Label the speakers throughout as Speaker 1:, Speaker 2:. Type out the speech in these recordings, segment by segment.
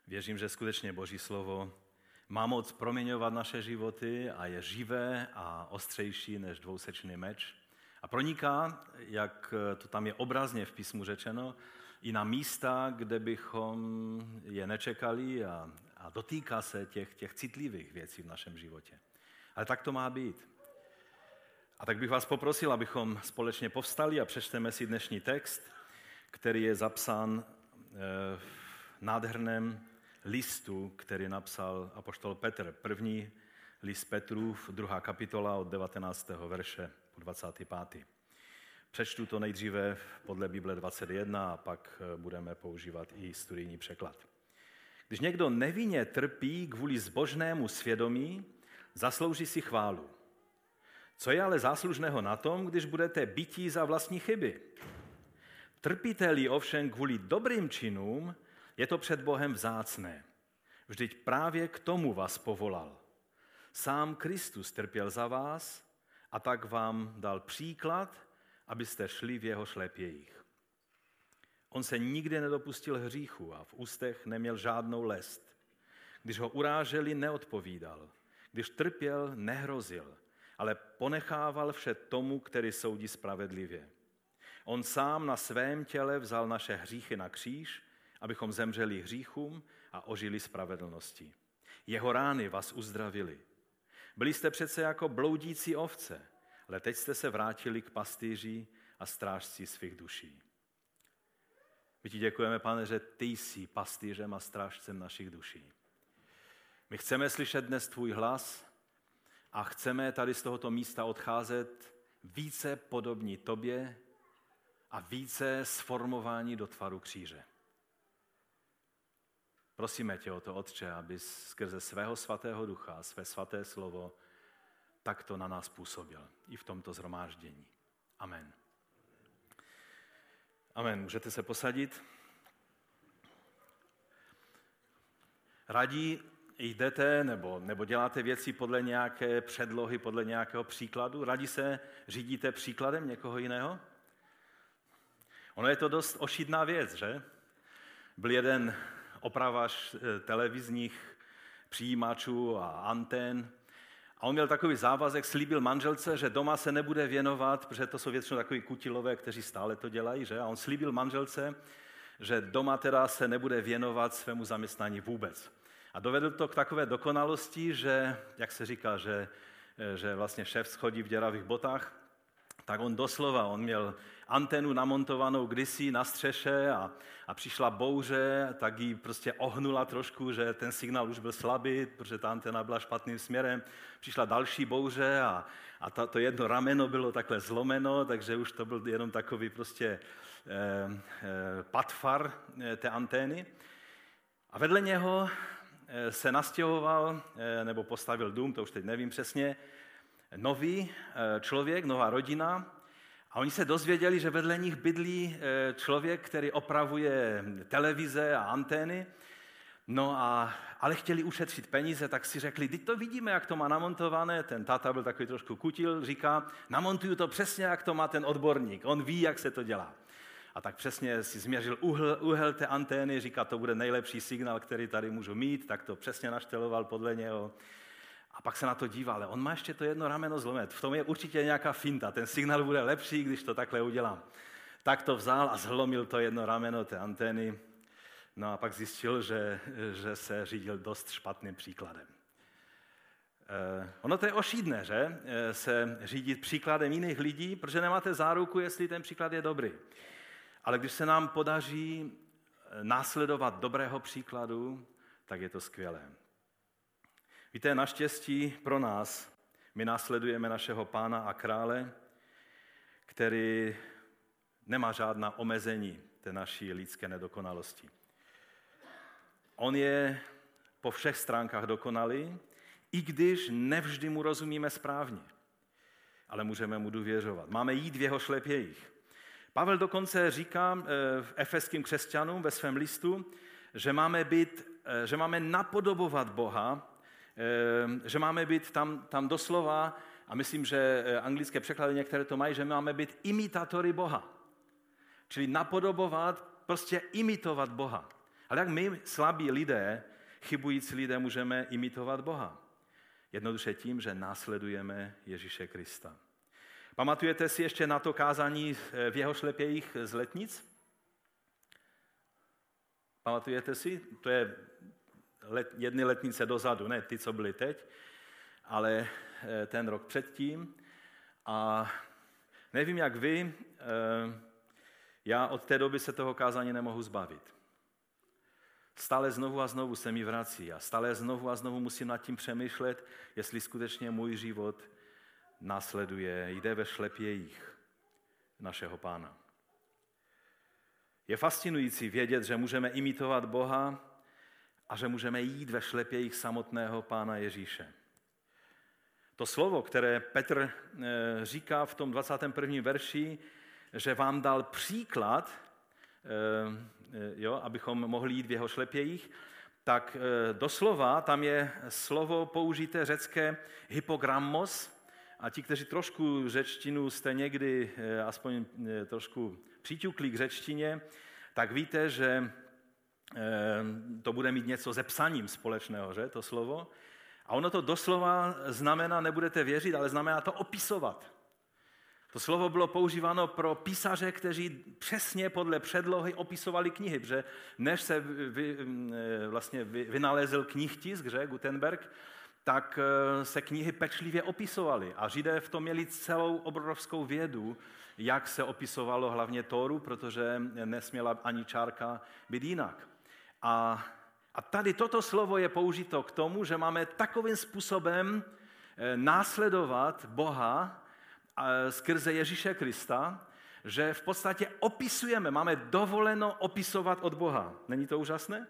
Speaker 1: Věřím, že skutečně Boží slovo má moc proměňovat naše životy a je živé a ostřejší než dvousečný meč. A proniká, jak to tam je obrazně v písmu řečeno, i na místa, kde bychom je nečekali a dotýká se těch citlivých věcí v našem životě. Ale tak to má být. A tak bych vás poprosil, abychom společně povstali a přečteme si dnešní text, který je zapsán v nádherném listu, který napsal apoštol Petr. První list Petrův, 2. kapitola od 19. verše po 25. Přečtu to nejdříve podle Bible 21 a pak budeme používat i studijní překlad. Když někdo nevinně trpí kvůli zbožnému svědomí, zaslouží si chválu. Co je ale záslužného na tom, když budete bití za vlastní chyby? Trpíte-li ovšem kvůli dobrým činům, je to před Bohem vzácné. Vždyť právě k tomu vás povolal. Sám Kristus trpěl za vás a tak vám dal příklad, abyste šli v jeho šlépějích. On se nikdy nedopustil hříchu a v ústech neměl žádnou lest. Když ho uráželi, neodpovídal. Když trpěl, nehrozil, ale ponechával vše tomu, který soudí spravedlivě. On sám na svém těle vzal naše hříchy na kříž, abychom zemřeli hříchům a ožili spravedlnosti. Jeho rány vás uzdravily. Byli jste přece jako bloudící ovce, ale teď jste se vrátili k pastýři a strážci svých duší. My ti děkujeme, Pane, že ty jsi pastýřem a strážcem našich duší. My chceme slyšet dnes tvůj hlas a chceme tady z tohoto místa odcházet více podobní tobě a více sformování do tvaru kříže. Prosíme tě o to, Otče, abys skrze svého svatého ducha a své svaté slovo takto na nás působil i v tomto shromáždění. Amen. Amen. Můžete se posadit. Rádi jdete nebo děláte věci podle nějaké předlohy, podle nějakého příkladu? Rádi se řídíte příkladem někoho jiného? Ono je to dost ošidná věc, že? Byl jeden opravač televizních přijímačů a antén a on měl takový závazek, slíbil manželce, že doma se nebude věnovat, protože to jsou většinou takový kutilové, kteří stále to dělají, že? A on slíbil manželce, že doma teda se nebude věnovat svému zaměstnání vůbec. A dovedl to k takové dokonalosti, že, jak se říká, že vlastně šéf schodí v děravých botách, tak on měl antenu namontovanou kdysi na střeše a přišla bouře, tak ji prostě ohnula trošku, že ten signál už byl slabý, protože ta antena byla špatným směrem. Přišla další bouře a to jedno rameno bylo takhle zlomeno, takže už to byl jenom takový prostě patvar té antény. A vedle něho se nastěhoval, nebo postavil dům, to už teď nevím přesně, nový člověk, nová rodina a oni se dozvěděli, že vedle nich bydlí člověk, který opravuje televize a antény, ale chtěli ušetřit peníze, tak si řekli, teď to vidíme, jak to má namontované, ten táta byl takový trošku kutil, říká, namontuju to přesně, jak to má ten odborník, on ví, jak se to dělá. A tak přesně si změřil úhel té antény, říká, to bude nejlepší signál, který tady můžu mít, tak to přesně našteloval podle něho. A pak se na to díval, ale on má ještě to jedno rameno zlomené. V tom je určitě nějaká finta, ten signál bude lepší, když to takhle udělám. Tak to vzal a zlomil to jedno rameno té antény. No a pak zjistil, že se řídil dost špatným příkladem. Ono to je ošidné, že? Se řídit příkladem jiných lidí, protože nemáte záruku, jestli ten příklad je dobrý. Ale když se nám podaří následovat dobrého příkladu, tak je to skvělé. Víte, naštěstí pro nás, my následujeme našeho Pána a Krále, který nemá žádná omezení té naší lidské nedokonalosti. On je po všech stránkách dokonalý, i když nevždy mu rozumíme správně, ale můžeme mu důvěřovat. Máme jít v jeho šlépějích. Pavel dokonce říká v efeským křesťanům ve svém listu, že máme napodobovat Boha, že máme být tam doslova, a myslím, že anglické překlady některé to mají, že máme být imitátory Boha. Čili napodobovat, prostě imitovat Boha. Ale jak my, slabí lidé, chybující lidé, můžeme imitovat Boha? Jednoduše tím, že následujeme Ježíše Krista. Pamatujete si ještě na to kázání v jeho šlepějích z Letnic? Pamatujete si? To je jedny letnice dozadu, ne ty, co byly teď, ale ten rok předtím. A nevím, jak vy, já od té doby se toho kázání nemohu zbavit. Stále znovu a znovu se mi vrací a stále znovu a znovu musím nad tím přemýšlet, jestli skutečně můj život následuje, jde ve šlepějích našeho Pána. Je fascinující vědět, že můžeme imitovat Boha a že můžeme jít ve šlepějích samotného Pána Ježíše. To slovo, které Petr říká v tom 21. verši, že vám dal příklad, abychom mohli jít v jeho šlepějích, tak doslova tam je slovo použité řecké hypogrammos, a ti, kteří trošku řečtinu jste někdy aspoň trošku přiťukli k řečtině, tak víte, že to bude mít něco se psaním společného, že, to slovo. A ono to doslova znamená, nebudete věřit, ale znamená to opisovat. To slovo bylo používáno pro písaře, kteří přesně podle předlohy opisovali knihy, protože než se vynalezl knihtisk, že, Gutenberg, tak se knihy pečlivě opisovaly. A Židé v tom měli celou obrovskou vědu, jak se opisovalo hlavně Tóru, protože nesměla ani čárka být jinak. A tady toto slovo je použito k tomu, že máme takovým způsobem následovat Boha skrze Ježíše Krista, že v podstatě opisujeme, máme dovoleno opisovat od Boha. Není to úžasné?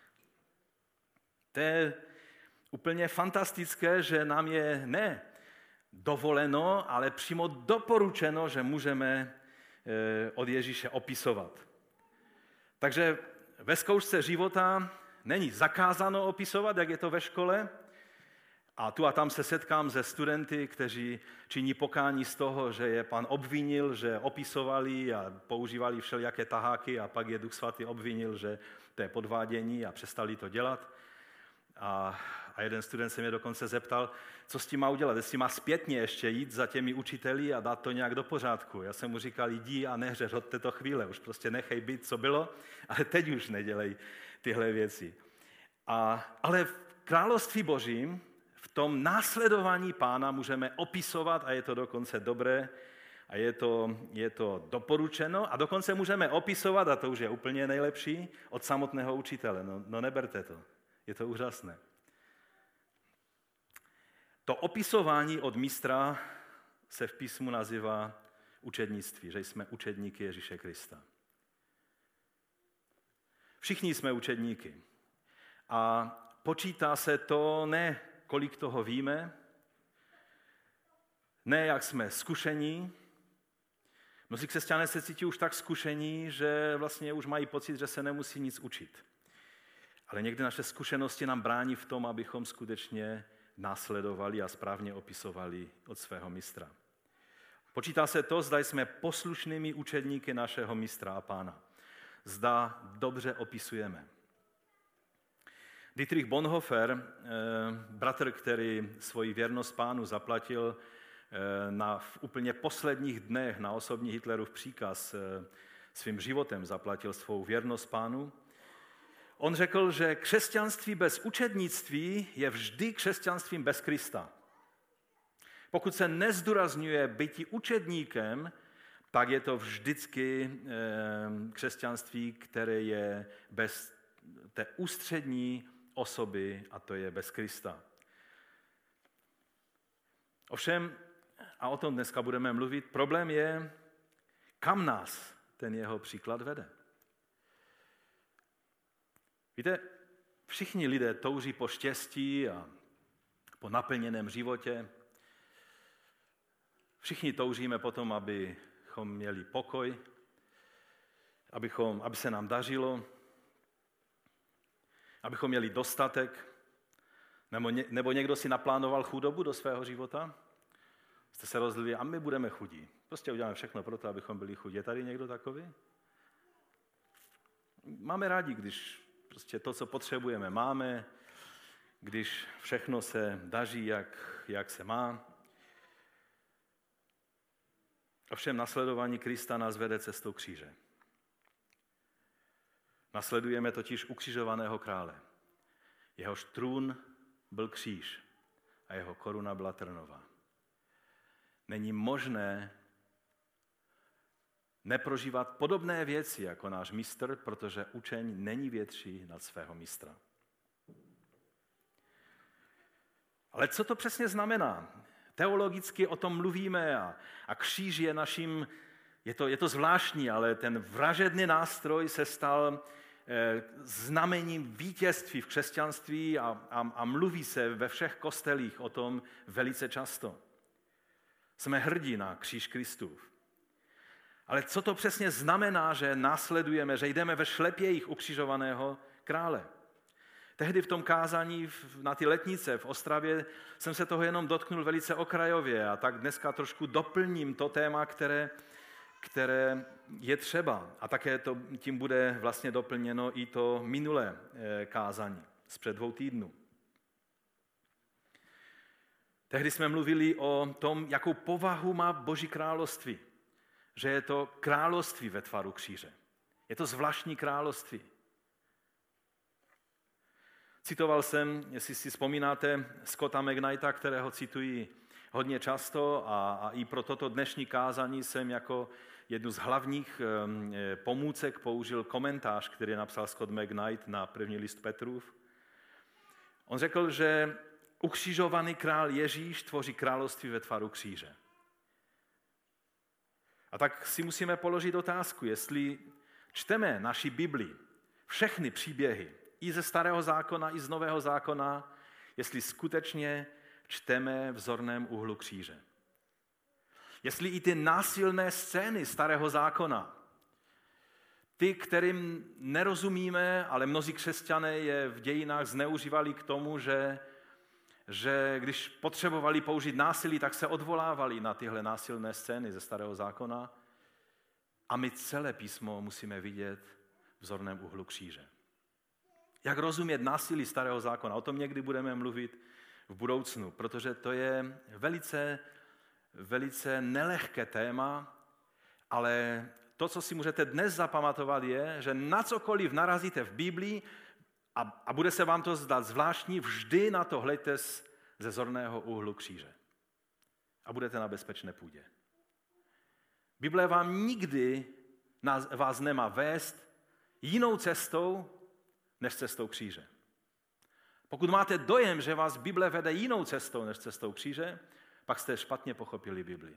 Speaker 1: To je úplně fantastické, že nám je ne dovoleno, ale přímo doporučeno, že můžeme od Ježíše opisovat. Takže ve zkoušce života není zakázáno opisovat, jak je to ve škole. A tu a tam se setkám se studenty, kteří činí pokání z toho, že je Pán obvinil, že opisovali a používali všelijaké taháky a pak je Duch Svatý obvinil, že to je podvádění a přestali to dělat. A jeden student se mě dokonce zeptal, co s tím má udělat, jestli má zpětně ještě jít za těmi učiteli a dát to nějak do pořádku. Já jsem mu říkal, jdi a nehřeš od této chvíle, už prostě nechej být, co bylo, ale teď už nedělej tyhle věci. Ale v království Božím, v tom následování Pána můžeme opisovat a je to dokonce dobré a je to doporučeno a dokonce můžeme opisovat, a to už je úplně nejlepší, od samotného učitele. No neberte to, je to úžasné. To opisování od mistra se v písmu nazývá učednictví, že jsme učedníky Ježíše Krista. Všichni jsme učedníky. A počítá se to ne, kolik toho víme, ne, jak jsme zkušení. Mnozí křesťané se cítí už tak zkušení, že vlastně už mají pocit, že se nemusí nic učit. Ale někdy naše zkušenosti nám brání v tom, abychom skutečně následovali a správně opisovali od svého mistra. Počítá se to, zda jsme poslušnými učedníky našeho mistra a Pána. Zda dobře opisujeme. Dietrich Bonhoeffer, bratr, který svoji věrnost Pánu zaplatil v úplně posledních dnech na osobní Hitlerův příkaz, svým životem zaplatil svou věrnost Pánu. On řekl, že křesťanství bez učednictví je vždy křesťanstvím bez Krista. Pokud se nezdůrazňuje bytí učedníkem, pak je to vždycky křesťanství, které je bez té ústřední osoby, a to je bez Krista. Ovšem, a o tom dneska budeme mluvit, problém je, kam nás ten jeho příklad vede. Víte, všichni lidé touží po štěstí a po naplněném životě. Všichni toužíme potom, abychom měli pokoj, aby se nám dařilo, abychom měli dostatek, nebo někdo si naplánoval chudobu do svého života. Jste se rozhodli, a my budeme chudí. Prostě uděláme všechno pro to, abychom byli chudí. Je tady někdo takový? Máme rádi, když prostě to, co potřebujeme, máme, když všechno se daří, jak se má. Ovšem nasledování Krista nás vede cestou kříže. Nasledujeme totiž ukřižovaného krále. Jehož trůn byl kříž a jeho koruna byla trnová. Není možné neprožívat podobné věci jako náš mistr, protože učeň není větší nad svého mistra. Ale co to přesně znamená? Teologicky o tom mluvíme a kříž je naším, je to zvláštní, ale ten vražedný nástroj se stal znamením vítězství v křesťanství a mluví se ve všech kostelích o tom velice často. Jsme hrdí na kříž Kristův. Ale co to přesně znamená, že následujeme, že jdeme ve šlepějích ukřižovaného krále? Tehdy v tom kázání na ty letnice v Ostravě jsem se toho jenom dotknul velice okrajově a tak dneska trošku doplním to téma, které je třeba. A také tím bude vlastně doplněno i to minulé kázání z před 2 týdnů. Tehdy jsme mluvili o tom, jakou povahu má Boží království. Že je to království ve tvaru kříže. Je to zvláštní království. Citoval jsem, jestli si vzpomínáte, Scotta McKnighta, kterého cituji hodně často a i pro toto dnešní kázání jsem jako jednu z hlavních pomůcek použil komentář, který napsal Scott McKnight na první list Petrův. On řekl, že ukřižovaný král Ježíš tvoří království ve tvaru kříže. A tak si musíme položit otázku, jestli čteme naši Bibli, všechny příběhy, i ze Starého zákona, i z Nového zákona, jestli skutečně čteme v zorném úhlu kříže. Jestli i ty násilné scény Starého zákona, ty, kterým nerozumíme, ale mnozí křesťané je v dějinách zneužívali k tomu, že když potřebovali použít násilí, tak se odvolávali na tyhle násilné scény ze Starého zákona. A my celé písmo musíme vidět v zorném úhlu kříže. Jak rozumět násilí Starého zákona? O tom někdy budeme mluvit v budoucnu, protože to je velice, velice nelehké téma, ale to, co si můžete dnes zapamatovat, je, že na cokoliv narazíte v Biblii a bude se vám to zdát zvláštní, vždy na to hleďte ze zorného úhlu kříže. A budete na bezpečné půdě. Bible vám nikdy vás nemá vést jinou cestou, než cestou kříže. Pokud máte dojem, že vás Bible vede jinou cestou, než cestou kříže, pak jste špatně pochopili Bibli.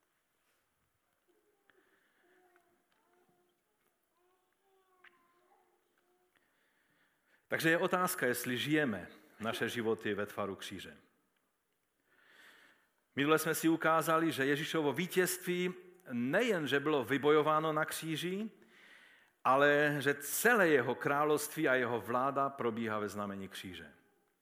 Speaker 1: Takže je otázka, jestli žijeme naše životy ve tvaru kříže. Minule jsme si ukázali, že Ježíšovo vítězství nejen, že bylo vybojováno na kříži, ale že celé jeho království a jeho vláda probíhá ve znamení kříže.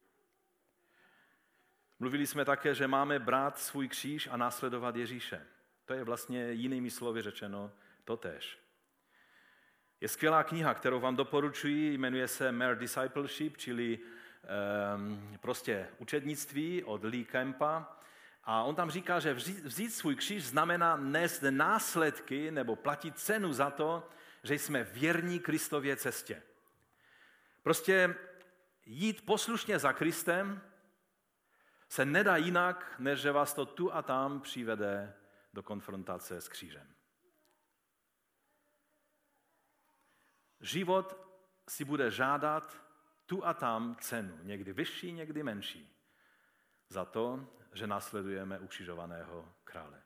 Speaker 1: Mluvili jsme také, že máme brát svůj kříž a následovat Ježíše. To je vlastně jinými slovy řečeno totéž. Je skvělá kniha, kterou vám doporučuji, jmenuje se Mere Discipleship, čili prostě učednictví od Lee Kempa. A on tam říká, že vzít svůj kříž znamená nést následky nebo platit cenu za to, že jsme věrní Kristově cestě. Prostě jít poslušně za Kristem se nedá jinak, než že vás to tu a tam přivede do konfrontace s křížem. Život si bude žádat tu a tam cenu, někdy vyšší, někdy menší, za to, že následujeme ukřižovaného krále.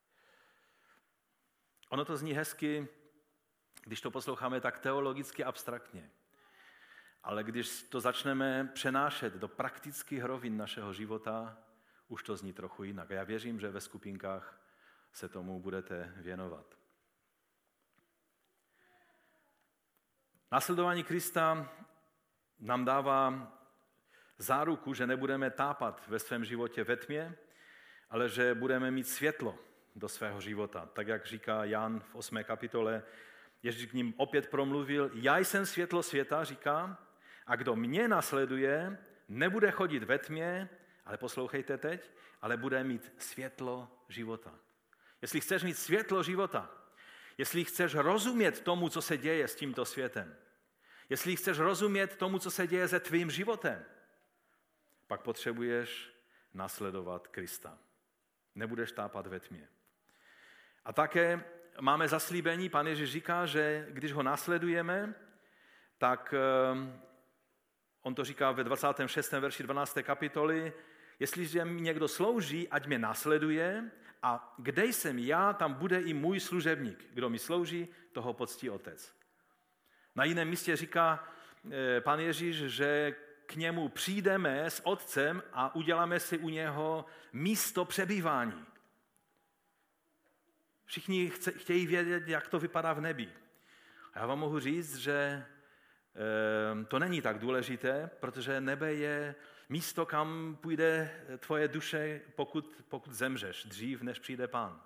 Speaker 1: Ono to zní hezky, když to posloucháme tak teologicky abstraktně. Ale když to začneme přenášet do praktických rovin našeho života, už to zní trochu jinak. A já věřím, že ve skupinkách se tomu budete věnovat. Následování Krista nám dává záruku, že nebudeme tápat ve svém životě ve tmě, ale že budeme mít světlo do svého života. Tak jak říká Jan v 8. kapitole, Ježíš k ním opět promluvil, já jsem světlo světa, říká, A kdo mě nasleduje, nebude chodit ve tmě, ale poslouchejte teď, ale bude mít světlo života. Jestli chceš mít světlo života, jestli chceš rozumět tomu, co se děje s tímto světem, jestli chceš rozumět tomu, co se děje se tvým životem, pak potřebuješ nasledovat Krista. Nebudeš tápat ve tmě. A také máme zaslíbení, Pán Ježíš říká, že když ho následujeme, tak on to říká ve 26. verši 12. kapitoly, jestliže mi někdo slouží, ať mě následuje, a kde jsem já, tam bude i můj služebník. Kdo mi slouží, toho poctí Otec. Na jiném místě říká Pán Ježíš, že k němu přijdeme s Otcem a uděláme si u něho místo přebývání. Všichni chtějí vědět, jak to vypadá v nebi. A já vám mohu říct, že to není tak důležité, protože nebe je místo, kam půjde tvoje duše, pokud zemřeš, dřív, než přijde Pán.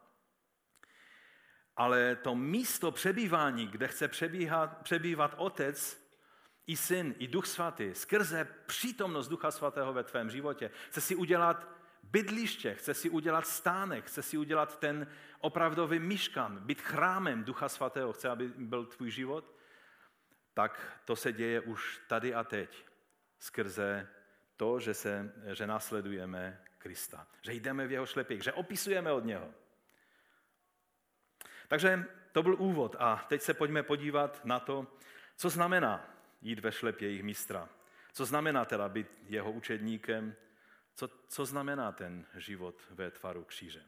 Speaker 1: Ale to místo přebývání, kde chce přebývat Otec i Syn, i Duch Svatý, skrze přítomnost Ducha Svatého ve tvém životě, chce si udělat bydliště, chce si udělat stánek, chce si udělat ten opravdový myškan, být chrámem Ducha Svatého, chce, aby byl tvůj život, tak to se děje už tady a teď, skrze to, že následujeme Krista, že jdeme v jeho šlepích, že opisujeme od něho. Takže to byl úvod a teď se pojďme podívat na to, co znamená jít ve šlep jejich mistra. Co znamená teda být jeho učedníkem, co znamená ten život ve tvaru kříže.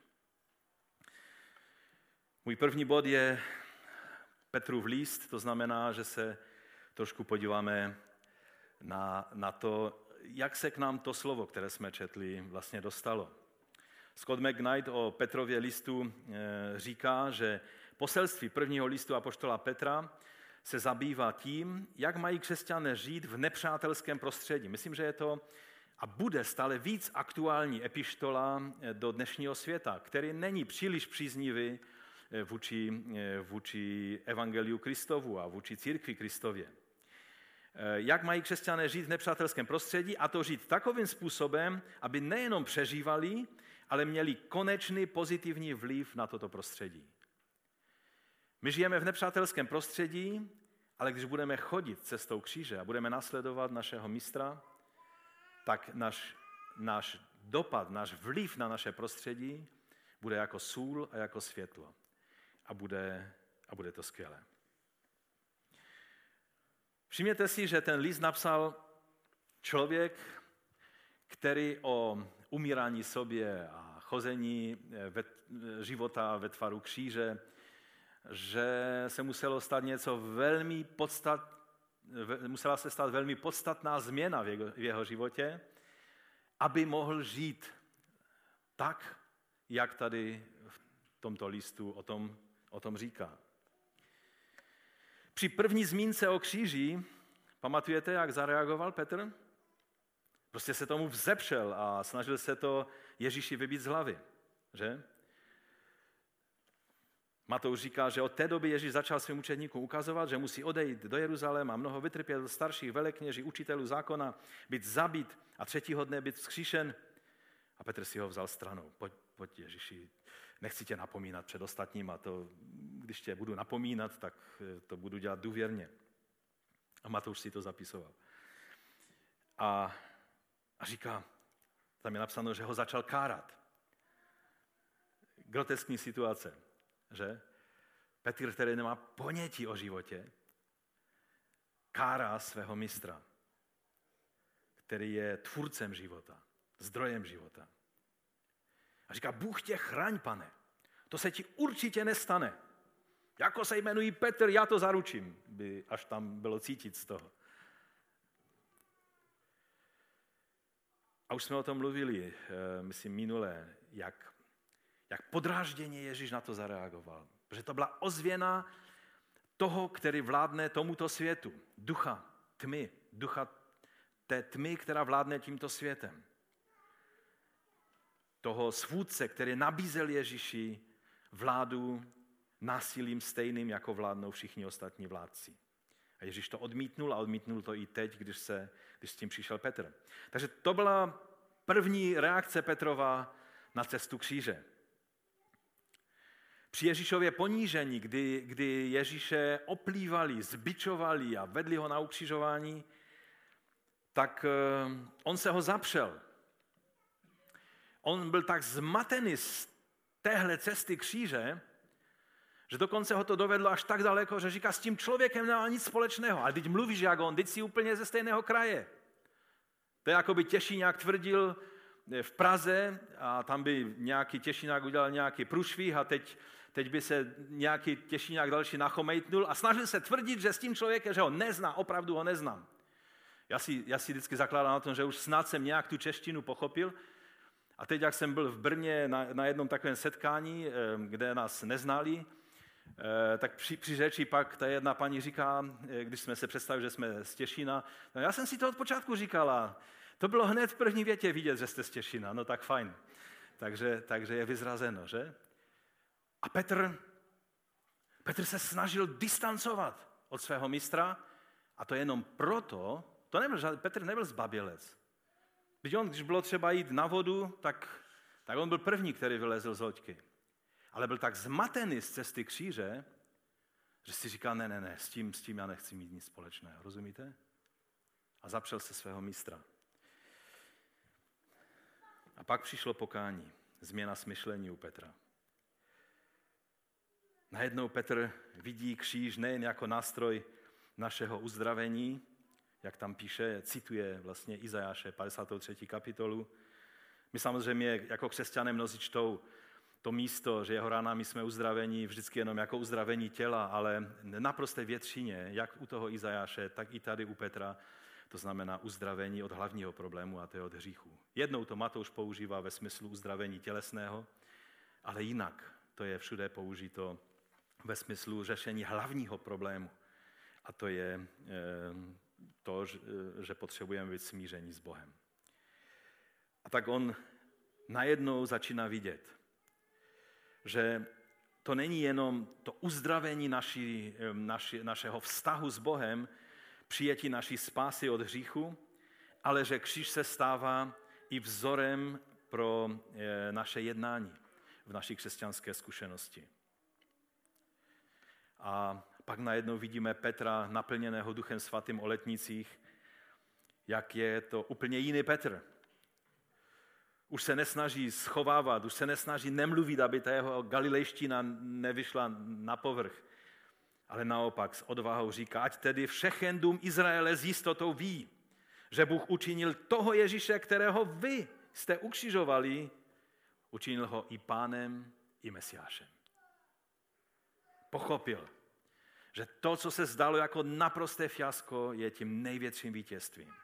Speaker 1: Můj první bod je Petrův list, to znamená, že se trošku podíváme na to, jak se k nám to slovo, které jsme četli, vlastně dostalo. Scott McKnight o Petrově listu říká, že poselství prvního listu apoštola Petra se zabývá tím, jak mají křesťané žít v nepřátelském prostředí. Myslím, že je to a bude stále víc aktuální epištola do dnešního světa, který není příliš příznivý vůči evangeliu Kristovu a vůči církvi Kristově. Jak mají křesťané žít v nepřátelském prostředí a to žít takovým způsobem, aby nejenom přežívali, ale měli konečný pozitivní vliv na toto prostředí. My žijeme v nepřátelském prostředí, ale když budeme chodit cestou kříže a budeme následovat našeho mistra, tak náš dopad, náš vliv na naše prostředí bude jako sůl a jako světlo. A bude to skvělé. Všimněte si, že ten list napsal člověk, který o umírání sobě a chození života ve tvaru kříže, že se musela se stát velmi podstatná změna v jeho životě, aby mohl žít tak, jak tady v tomto listu o tom říká. Při první zmínce o kříži, pamatujete, jak zareagoval Petr? Prostě se tomu vzepřel a snažil se to Ježíši vybít z hlavy, že? Matouš říká, že od té doby Ježíš začal svým učedníkům ukazovat, že musí odejít do Jeruzaléma, mnoho vytrpět starších velekněží, učitelů zákona, být zabit a třetího dne být vzkříšen. A Petr si ho vzal stranou. Pojď Ježíši, nechci tě napomínat před ostatníma, když tě budu napomínat, tak to budu dělat důvěrně. A Matouš si to zapisoval. A říká, tam je napsáno, že ho začal kárat. Groteskní situace, že? Petr, který nemá ponětí o životě, kárá svého mistra, který je tvůrcem života, zdrojem života. A říká, Bůh tě chraň, pane, to se ti určitě nestane. Jako se jmenují Petr, já to zaručím, by až tam bylo cítit z toho. A už jsme o tom mluvili, myslím minule, jak podrážděně Ježíš na to zareagoval. Protože to byla ozvěna toho, který vládne tomuto světu. Ducha tmy, ducha té tmy, která vládne tímto světem. Toho svůdce, který nabízel Ježíši vládu násilím stejným, jako vládnou všichni ostatní vládci. A Ježíš to odmítnul a odmítnul to i teď, když s tím přišel Petr. Takže to byla první reakce Petrova na cestu kříže. Při Ježíšově ponížení, kdy Ježíše oplývali, zbičovali a vedli ho na ukřižování, tak on se ho zapřel. On byl tak zmatený z téhle cesty kříže, že dokonce ho to dovedlo až tak daleko, že říká, s tím člověkem nemá nic společného. Ale teď mluvíš jak on, teď jsi úplně ze stejného kraje. To je jako by Těšíňák tvrdil v Praze a tam by nějaký Těšíňák udělal nějaký průšvih a teď by se nějaký Těšíňák další nachomejtnul a snažil se tvrdit, že s tím člověkem, že ho nezná, opravdu ho neznám. Já si vždycky zakládám na tom, že už snad jsem nějak tu češtinu pochopil. A teď, jak jsem byl v Brně na jednom takovém setkání, kde nás neznali, tak při řeči pak ta jedna paní říká, když jsme se představili, že jsme z Těšína, no já jsem si to od počátku říkala, to bylo hned v první větě vidět, že jste z Těšína, no tak fajn. Takže je vyzrazeno, že? A Petr se snažil distancovat od svého mistra a to jenom proto, Petr nebyl zbabělec. Když bylo třeba jít na vodu, tak on byl první, který vylezl z loďky. Ale byl tak zmatený z cesty kříže, že si říká, ne, s tím já nechci mít nic společného, rozumíte? A zapřel se svého mistra. A pak přišlo pokání, změna smyšlení u Petra. Najednou Petr vidí kříž nejen jako nástroj našeho uzdravení, jak tam píše, cituje vlastně Izajáše 53. kapitolu. My samozřejmě jako křesťané mnozí čtou to místo, že jeho ránami jsme uzdraveni vždycky jenom jako uzdravení těla, ale naprosté většině, jak u toho Izajáše, tak i tady u Petra, to znamená uzdravení od hlavního problému a to je od hříchu. Jednou to Matouš používá ve smyslu uzdravení tělesného, ale jinak to je všude použito ve smyslu řešení hlavního problému. A to je to, že potřebujeme být smíření s Bohem. A tak on najednou začíná vidět, že to není jenom to uzdravení našeho vztahu s Bohem, přijetí naší spásy od hříchu, ale že kříž se stává i vzorem pro naše jednání v naší křesťanské zkušenosti. A pak najednou vidíme Petra naplněného Duchem svatým o letnicích, jak je to úplně jiný Petr. Už se nesnaží schovávat, už se nesnaží nemluvit, aby ta jeho galilejština nevyšla na povrch. Ale naopak s odvahou říká, ať tedy všechen dům Izraele s jistotou ví, že Bůh učinil toho Ježíše, kterého vy jste ukřižovali, učinil ho i Pánem, i Mesiášem. Pochopil, že to, co se zdalo jako naprosté fiasko, je tím největším vítězstvím.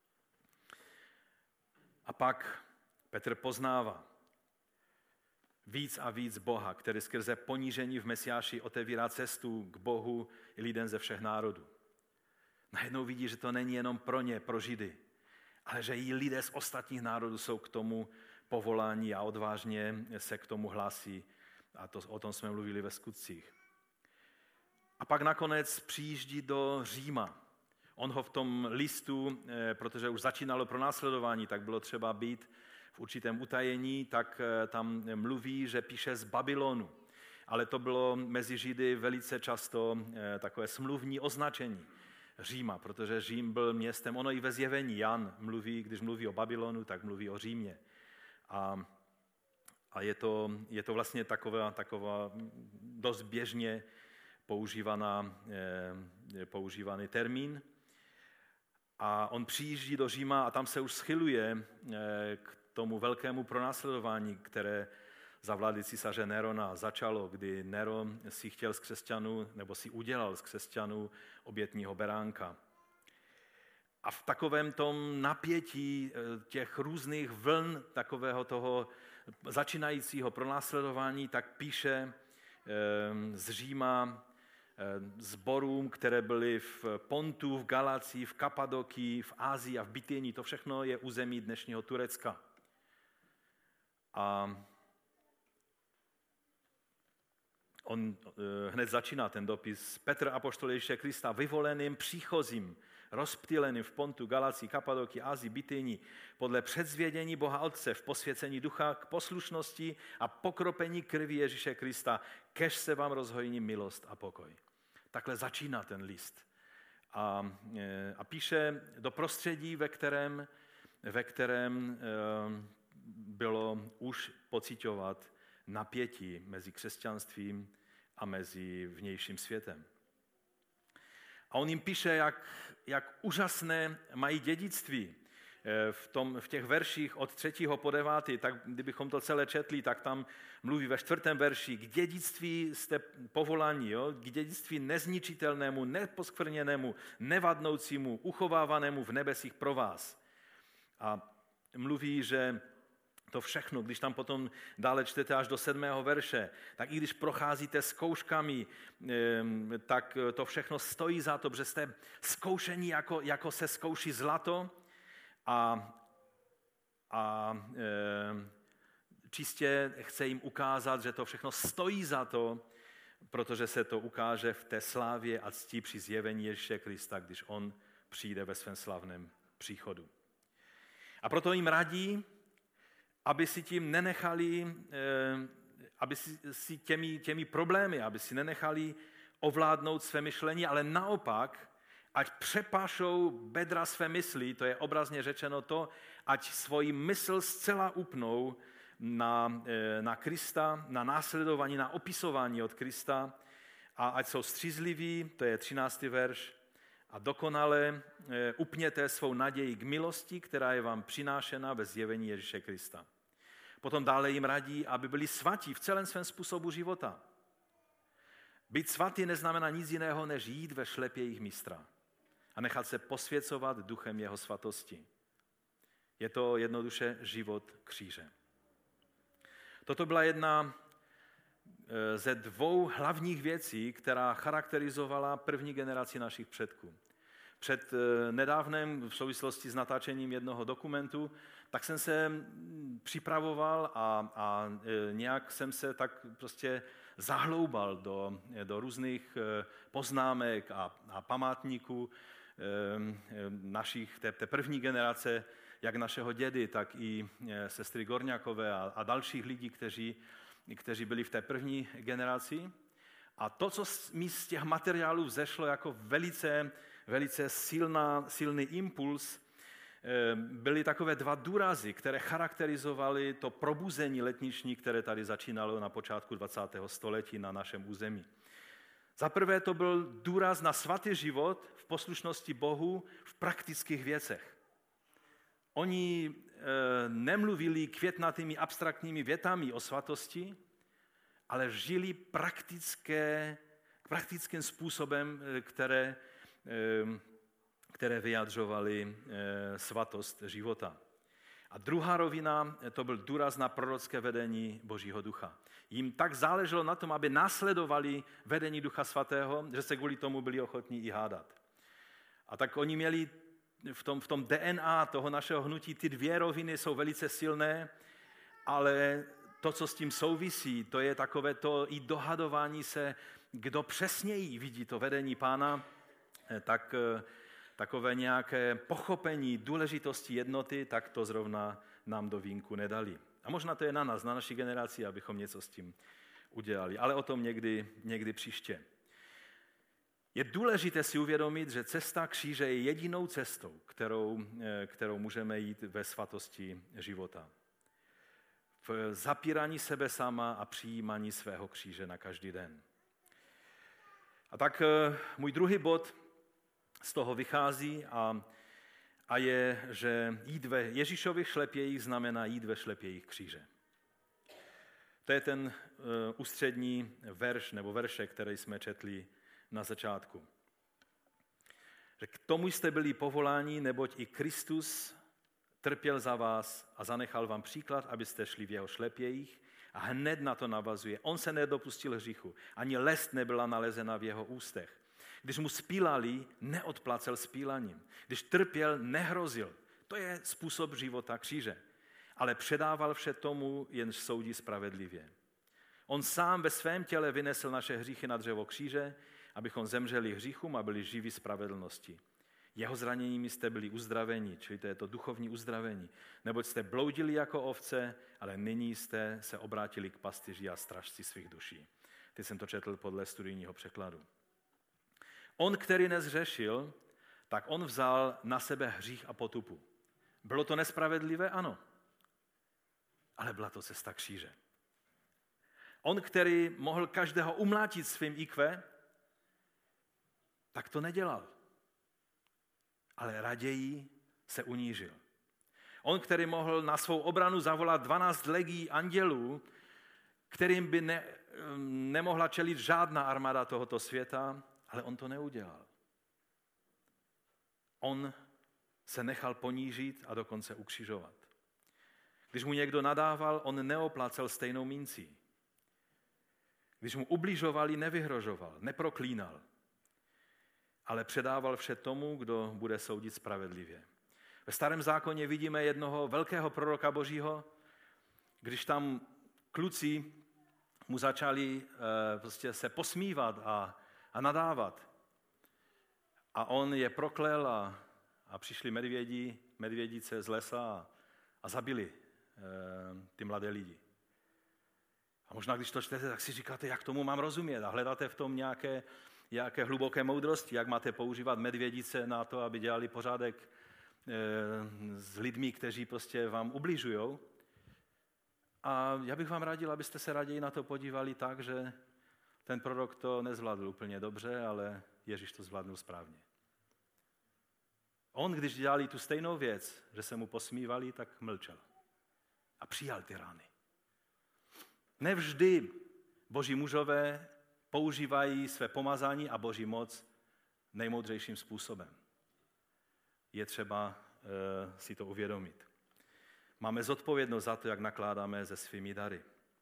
Speaker 1: A pak Petr poznává víc a víc Boha, který skrze ponížení v Mesiáši otevírá cestu k Bohu i lidem ze všech národů. Najednou vidí, že to není jenom pro ně, pro Židy, ale že i lidé z ostatních národů jsou k tomu povolání a odvážně se k tomu hlásí. A o tom jsme mluvili ve Skutcích. A pak nakonec přijíždí do Říma. On ho v tom listu, protože už začínalo pronásledování, tak bylo třeba být v určitém utajení, tak tam mluví, že píše z Babylonu. Ale to bylo mezi Židy velice často takové smluvní označení Říma, protože Řím byl městem, ono i ve Zjevení Jan mluví, když mluví o Babylonu, tak mluví o Římě. A je to vlastně taková dost běžně používaný termín. A on přijíždí do Říma a tam se už schyluje k tomu velkému pronásledování, které za vlády císaře Nerona začalo, kdy Neron si chtěl z křesťanů, nebo si udělal z křesťanů obětního beránka. A v takovém tom napětí těch různých vln takového toho začínajícího pronásledování, tak píše z Říma sborům, které byly v Pontu, v Galacii, v Kapadokii, v Ázii a v Bitynii. To všechno je území dnešního Turecka. on hned začíná ten dopis. Petr, apoštol Ježíše Krista, vyvoleným příchozím, rozptýleným v Pontu, Galacii, Kapadokii, Asii, Bityni, podle předzvědění Boha Otce v posvěcení ducha k poslušnosti a pokropení krvi Ježíše Krista, kež se vám rozhojní milost a pokoj. Takhle začíná ten list. A píše do prostředí, ve kterém bylo už pociťovat napětí mezi křesťanstvím a mezi vnějším světem. A on jim píše, jak úžasné mají dědictví. V těch verších od 3. po 9., tak kdybychom to celé četli, tak tam mluví ve 4. verši, k dědictví jste povoláni, k dědictví nezničitelnému, neposkvrněnému, nevadnoucímu, uchovávanému v nebesích pro vás. A mluví, že to všechno, když tam potom dále čtete až do 7. verše, tak i když procházíte zkouškami, tak to všechno stojí za to, protože jste zkoušení, jako se zkouší zlato a čistě chce jim ukázat, že to všechno stojí za to, protože se to ukáže v té slávě a cti při zjevení Ježíše Krista, když on přijde ve svém slavném příchodu. A proto jim radí, aby si tím nenechali, aby si těmi problémy, aby si nenechali ovládnout své myšlení, ale naopak, ať přepášou bedra své mysli, to je obrazně řečeno to, ať svoji mysl zcela upnou na Krista, na následování, na opisování od Krista a ať jsou střízliví, to je 13. verš, a dokonale upněte svou naději k milosti, která je vám přinášena ve zjevení Ježíše Krista. Potom dále jim radí, aby byli svatí v celém svém způsobu života. Být svatý neznamená nic jiného, než jít ve šlepě jejich mistra a nechat se posvěcovat duchem jeho svatosti. Je to jednoduše život kříže. Toto byla jedna ze 2 hlavních věcí, která charakterizovala první generaci našich předků. Před nedávnem v souvislosti s natáčením jednoho dokumentu, tak jsem se připravoval a nějak jsem se tak prostě zahloubal do různých poznámek a památníků našich, té první generace, jak našeho dědy, tak i sestry Gorňákové a dalších lidí, kteří byli v té první generaci. A to, co mi z těch materiálů vzešlo jako velice silný impuls, byly takové 2 důrazy, které charakterizovaly to probuzení letniční, které tady začínalo na počátku 20. století na našem území. Za prvé to byl důraz na svatý život v poslušnosti Bohu v praktických věcech. Oni nemluvili květnatými abstraktními větami o svatosti, ale žili praktickým způsobem, které vyjadřovaly svatost života. A druhá rovina, to byl důraz na prorocké vedení Božího ducha. Jim tak záleželo na tom, aby následovali vedení Ducha Svatého, že se kvůli tomu byli ochotní i hádat. A tak oni měli v tom DNA toho našeho hnutí, ty 2 roviny jsou velice silné, ale to, co s tím souvisí, to je takové to i dohadování se, kdo přesněji vidí to vedení Pána, tak takové nějaké pochopení důležitosti jednoty, tak to zrovna nám do vínku nedali. A možná to je na nás, na naší generaci, abychom něco s tím udělali, ale o tom někdy příště. Je důležité si uvědomit, že cesta kříže je jedinou cestou, kterou můžeme jít ve svatosti života. V zapírání sebe sama a přijímání svého kříže na každý den. A tak můj druhý bod z toho vychází a je, že jít ve Ježíšových šlepějích znamená jít ve šlepějích kříže. To je ten ústřední verš nebo verše, které jsme četli na začátku. Že k tomu jste byli povoláni, neboť i Kristus trpěl za vás a zanechal vám příklad, abyste šli v jeho šlepějích, a hned na to navazuje. On se nedopustil hříchu, ani lest nebyla nalezena v jeho ústech. Když mu spílali, neodplacel spílaním. Když trpěl, nehrozil. To je způsob života kříže. Ale předával vše tomu, jenž soudí spravedlivě. On sám ve svém těle vynesl naše hříchy na dřevo kříže, abychom zemřeli hříchům a byli živi spravedlnosti. Jeho zraněními jste byli uzdraveni, čili to je to duchovní uzdravení. Neboť jste bloudili jako ovce, ale nyní jste se obrátili k pastýři a strážci svých duší. Teď jsem to četl podle studijního překladu. On, který nezřešil, tak on vzal na sebe hřích a potupu. Bylo to nespravedlivé? Ano. Ale byla to cesta kříže. On, který mohl každého umlátit svým IQ, tak to nedělal. Ale raději se unížil. On, který mohl na svou obranu zavolat 12 legií andělů, kterým by nemohla čelit žádná armáda tohoto světa, ale on to neudělal. On se nechal ponížit a dokonce ukřižovat. Když mu někdo nadával, on neoplácel stejnou mincí. Když mu ubližovali, nevyhrožoval, neproklínal, ale předával vše tomu, kdo bude soudit spravedlivě. Ve Starém zákoně vidíme jednoho velkého proroka Božího, když tam kluci mu začali se posmívat a nadávat. A on je proklel a přišli medvědice z lesa a zabili ty mladé lidi. A možná, když to čtete, tak si říkáte, jak tomu mám rozumět a hledáte v tom nějaké hluboké moudrosti, jak máte používat medvědice na to, aby dělali pořádek s lidmi, kteří prostě vám ubližujou. A já bych vám radil, abyste se raději na to podívali tak, že ten prorok to nezvládl úplně dobře, ale Ježíš to zvládnul správně. On, když dělali tu stejnou věc, že se mu posmívali, tak mlčel a přijal ty rány. Nevždy boží mužové používají své pomazání a boží moc nejmoudřejším způsobem. Je třeba si to uvědomit. Máme zodpovědnost za to, jak nakládáme se svými dary.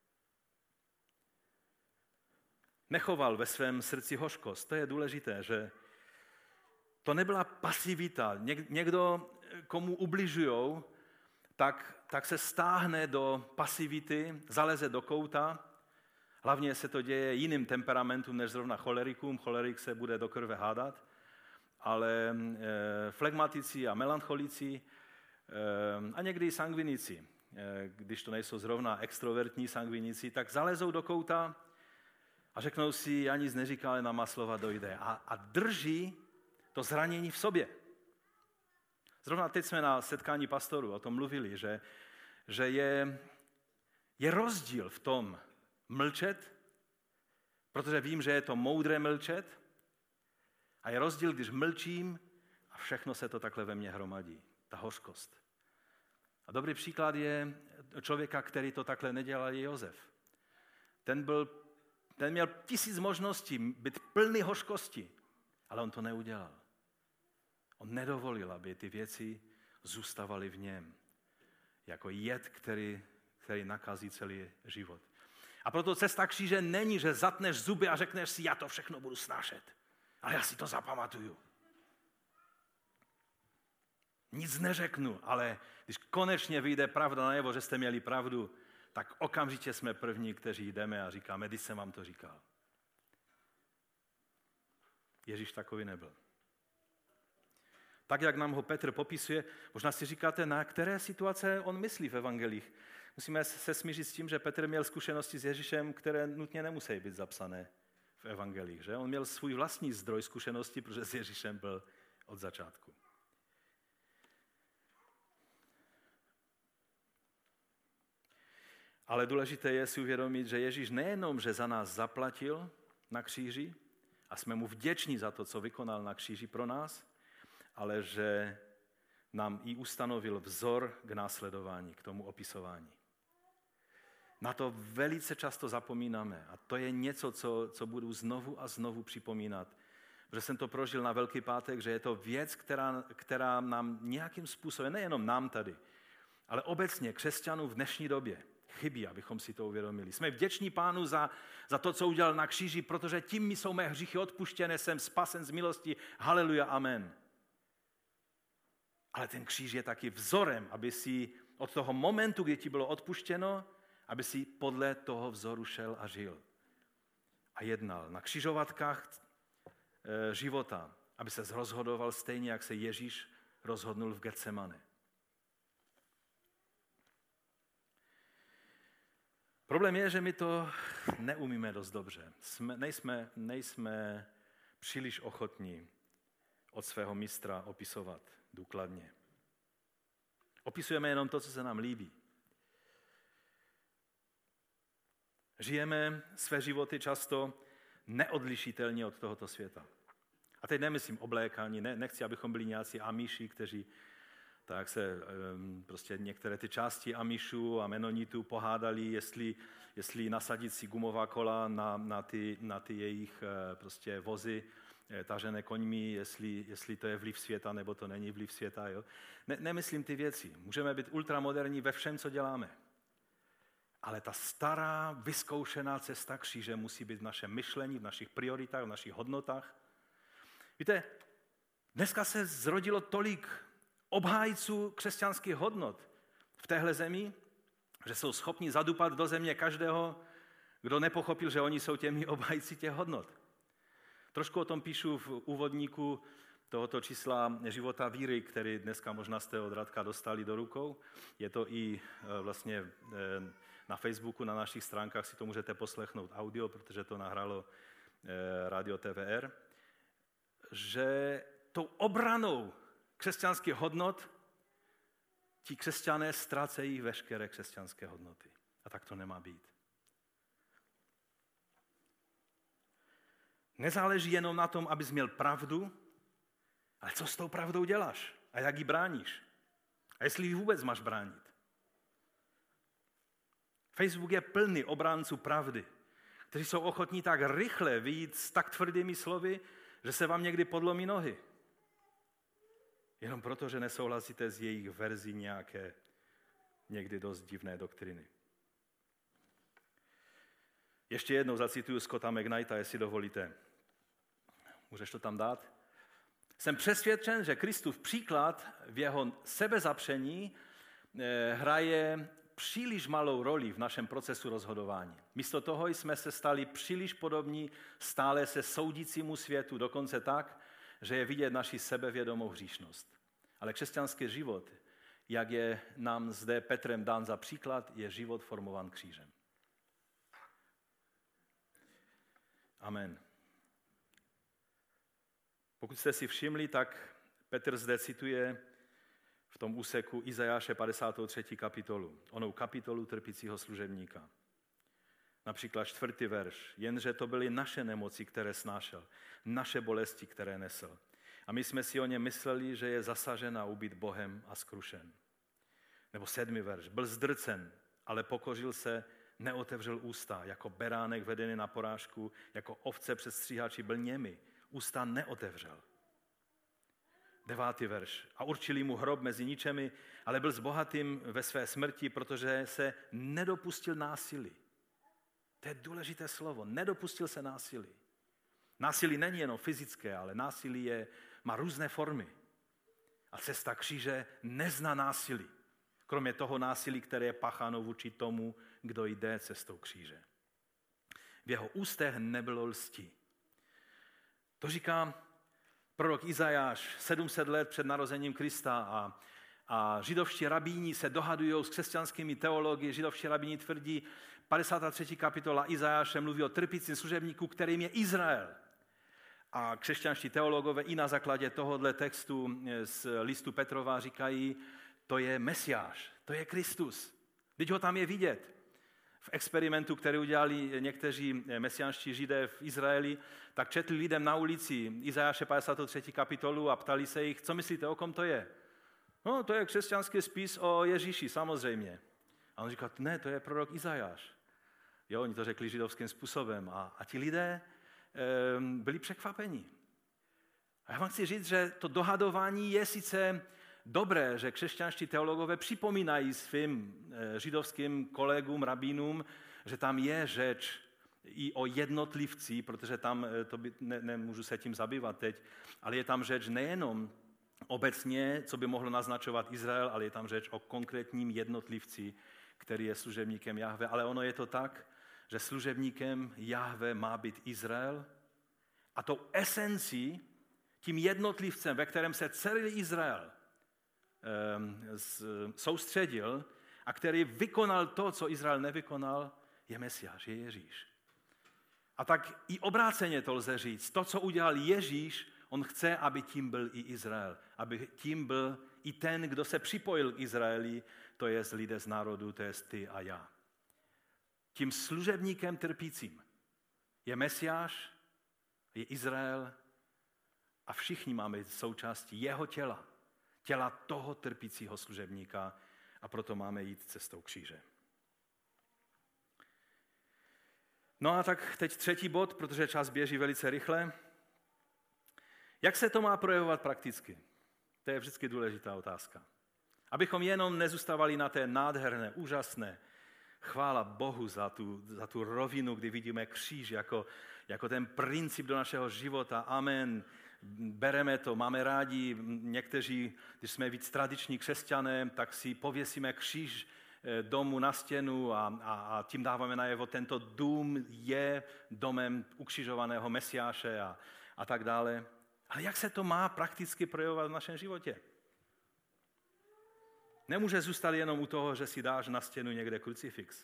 Speaker 1: Nechoval ve svém srdci hořkost. To je důležité, že to nebyla pasivita. Někdo, komu ubližujou, tak se stáhne do pasivity, zaleze do kouta. Hlavně se to děje jiným temperamentům než zrovna cholerikům. Cholerik se bude do krve hádat. Ale flegmatici a melancholici a někdy i sangvinici, když to nejsou zrovna extrovertní sangvinici, tak zalezou do kouta a řeknou si, já nic neříkám, ale na má slova dojde. A drží to zranění v sobě. Zrovna teď jsme na setkání pastorů o tom mluvili, že je rozdíl v tom mlčet, protože vím, že je to moudré mlčet, a je rozdíl, když mlčím a všechno se to takhle ve mně hromadí. Ta hořkost. A dobrý příklad je člověka, který to takhle nedělal, je Josef. Ten měl 1000 možností být plný hořkosti, ale on to neudělal. On nedovolil, aby ty věci zůstávaly v něm. Jako jed, který nakazí celý život. A proto cesta kříže není, že zatneš zuby a řekneš si, já to všechno budu snášet. Ale já si to zapamatuju. Nic neřeknu, ale když konečně vyjde pravda najevo, že jste měli pravdu, tak okamžitě jsme první, kteří jdeme a říkáme, když jsem vám to říkal. Ježíš takový nebyl. Tak, jak nám ho Petr popisuje, možná si říkáte, na které situace on myslí v evangelích. Musíme se smířit s tím, že Petr měl zkušenosti s Ježíšem, které nutně nemusí být zapsané v evangelích. Že? On měl svůj vlastní zdroj zkušenosti, protože s Ježíšem byl od začátku. Ale důležité je si uvědomit, že Ježíš nejenom, že za nás zaplatil na kříži a jsme mu vděční za to, co vykonal na kříži pro nás, ale že nám i ustanovil vzor k následování, k tomu opisování. Na to velice často zapomínáme a to je něco, co budu znovu a znovu připomínat. Protože jsem to prožil na Velký pátek, že je to věc, která nám nějakým způsobem, nejenom nám tady, ale obecně křesťanům v dnešní době chybí, abychom si to uvědomili. Jsme vděční Pánu za to, co udělal na kříži, protože tím jsou mé hříchy odpuštěné, jsem spasen z milosti. Haleluja, amen. Ale ten kříž je taky vzorem, aby si od toho momentu, kdy ti bylo odpuštěno, aby si podle toho vzoru šel a žil. A jednal na křižovatkách života, aby se rozhodoval stejně, jak se Ježíš rozhodnul v Getsemane. Problém je, že my to neumíme dost dobře. Nejsme příliš ochotní od svého mistra opisovat důkladně. Opisujeme jenom to, co se nám líbí. Žijeme své životy často neodlišitelně od tohoto světa. A teď nemyslím oblékání, nechci, abychom byli nějací amíši, kteří tak se prostě některé ty části Amišů a Menonitů pohádali, jestli nasadit si gumová kola na ty jejich prostě vozy tažené koňmi, jestli to je vliv světa, nebo to není vliv světa. Jo? Nemyslím ty věci. Můžeme být ultramoderní ve všem, co děláme. Ale ta stará, vyzkoušená cesta kříže musí být v našem myšlení, v našich prioritách, v našich hodnotách. Víte, dneska se zrodilo tolik obhájců křesťanských hodnot v téhle zemi, že jsou schopni zadupat do země každého, kdo nepochopil, že oni jsou těmi obhájci těch hodnot. Trošku o tom píšu v úvodníku tohoto čísla Života víry, který dneska možná jste od Radka dostali do rukou. Je to i vlastně na Facebooku, na našich stránkách si to můžete poslechnout audio, protože to nahrálo Radio TVR, že tou obranou křesťanských hodnot ti křesťané ztrácejí veškeré křesťanské hodnoty. A tak to nemá být. Nezáleží jenom na tom, abys měl pravdu, ale co s tou pravdou děláš a jak ji bráníš. A jestli ji vůbec máš bránit. Facebook je plný obránců pravdy, kteří jsou ochotní tak rychle vyjít s tak tvrdými slovy, že se vám někdy podlomí nohy. Jenom proto, že nesouhlasíte s jejich verzí nějaké někdy dost divné doktriny. Ještě jednou zacituju Scotta McKnighta, jestli dovolíte. Můžeš to tam dát? Jsem přesvědčen, že Kristův příklad v jeho sebezapření hraje příliš malou roli v našem procesu rozhodování. Místo toho jsme se stali příliš podobní stále se soudícímu světu, dokonce tak, že je vidět naši sebevědomou hříšnost. Ale křesťanský život, jak je nám zde Petrem dán za příklad, je život formován křížem. Amen. Pokud jste si všimli, tak Petr zde cituje v tom úseku Izajáše 53. kapitolu, onou kapitolu trpícího služebníka. Například 4. verš. Jenže to byly naše nemoci, které snášel, naše bolesti, které nesl. A my jsme si o něm mysleli, že je zasažen a ubit Bohem a zkrušen. Nebo 7. verš. Byl zdrcen, ale pokořil se, neotevřel ústa, jako beránek vedený na porážku, jako ovce před stříhači byl němy, ústa neotevřel. 9. verš. A určili mu hrob mezi ničemi, ale byl zbohatým ve své smrti, protože se nedopustil násilí. To je důležité slovo. Nedopustil se násilí. Násilí není jenom fyzické, ale násilí má různé formy. A cesta kříže nezná násilí. Kromě toho násilí, které je pácháno vůči tomu, kdo jde cestou kříže. V jeho ústech nebylo lsti. To říká prorok Izajáš 700 let před narozením Krista a židovští rabíni se dohadují s křesťanskými teology. Židovští rabíni tvrdí, 53. kapitola Izajáše mluví o trpícím služebníku, kterým je Izrael. A křesťanští teologové i na základě tohohle textu z listu Petrova říkají, to je Mesiáš, to je Kristus. Vždyť ho tam je vidět. V experimentu, který udělali někteří mesiánští židé v Izraeli, tak četli lidem na ulici Izajáše 53. kapitolu a ptali se jich, co myslíte, o kom to je? No, to je křesťanský spis o Ježíši, samozřejmě. A on říkal, ne, to je prorok Izajáš. Jo, oni to řekli židovským způsobem a ti lidé byli překvapeni. A já vám chci říct, že to dohadování je sice dobré, že křesťanští teologové připomínají svým židovským kolegům, rabínům, že tam je řeč i o jednotlivci, protože tam, nemůžu se tím zabývat teď, ale je tam řeč nejenom obecně, co by mohlo naznačovat Izrael, ale je tam řeč o konkrétním jednotlivci, který je služebníkem Jahve, ale ono je to tak, že služebníkem Jahve má být Izrael a tou esencí, tím jednotlivcem, ve kterém se celý Izrael soustředil a který vykonal to, co Izrael nevykonal, je Mesiáš, je Ježíš. A tak i obráceně to lze říct. To, co udělal Ježíš, on chce, aby tím byl i Izrael. Aby tím byl i ten, kdo se připojil k Izraeli, to je lidé z národu, to je ty a já. Tím služebníkem trpícím je Mesiáš, je Izrael a všichni máme být součástí jeho těla. Těla toho trpícího služebníka a proto máme jít cestou kříže. No a tak teď třetí bod, protože čas běží velice rychle. Jak se to má projevovat prakticky? To je vždycky důležitá otázka. Abychom jenom nezůstávali na té nádherné, úžasné, chvála Bohu za tu rovinu, kdy vidíme kříž jako ten princip do našeho života. Amen. Bereme to, máme rádi. Někteří, když jsme víc tradiční křesťané, tak si pověsíme kříž domu na stěnu a tím dáváme najevo, tento dům je domem ukřižovaného Mesiáše a tak dále. Ale jak se to má prakticky projevovat v našem životě? Nemůže zůstat jenom u toho, že si dáš na stěnu někde krucifix.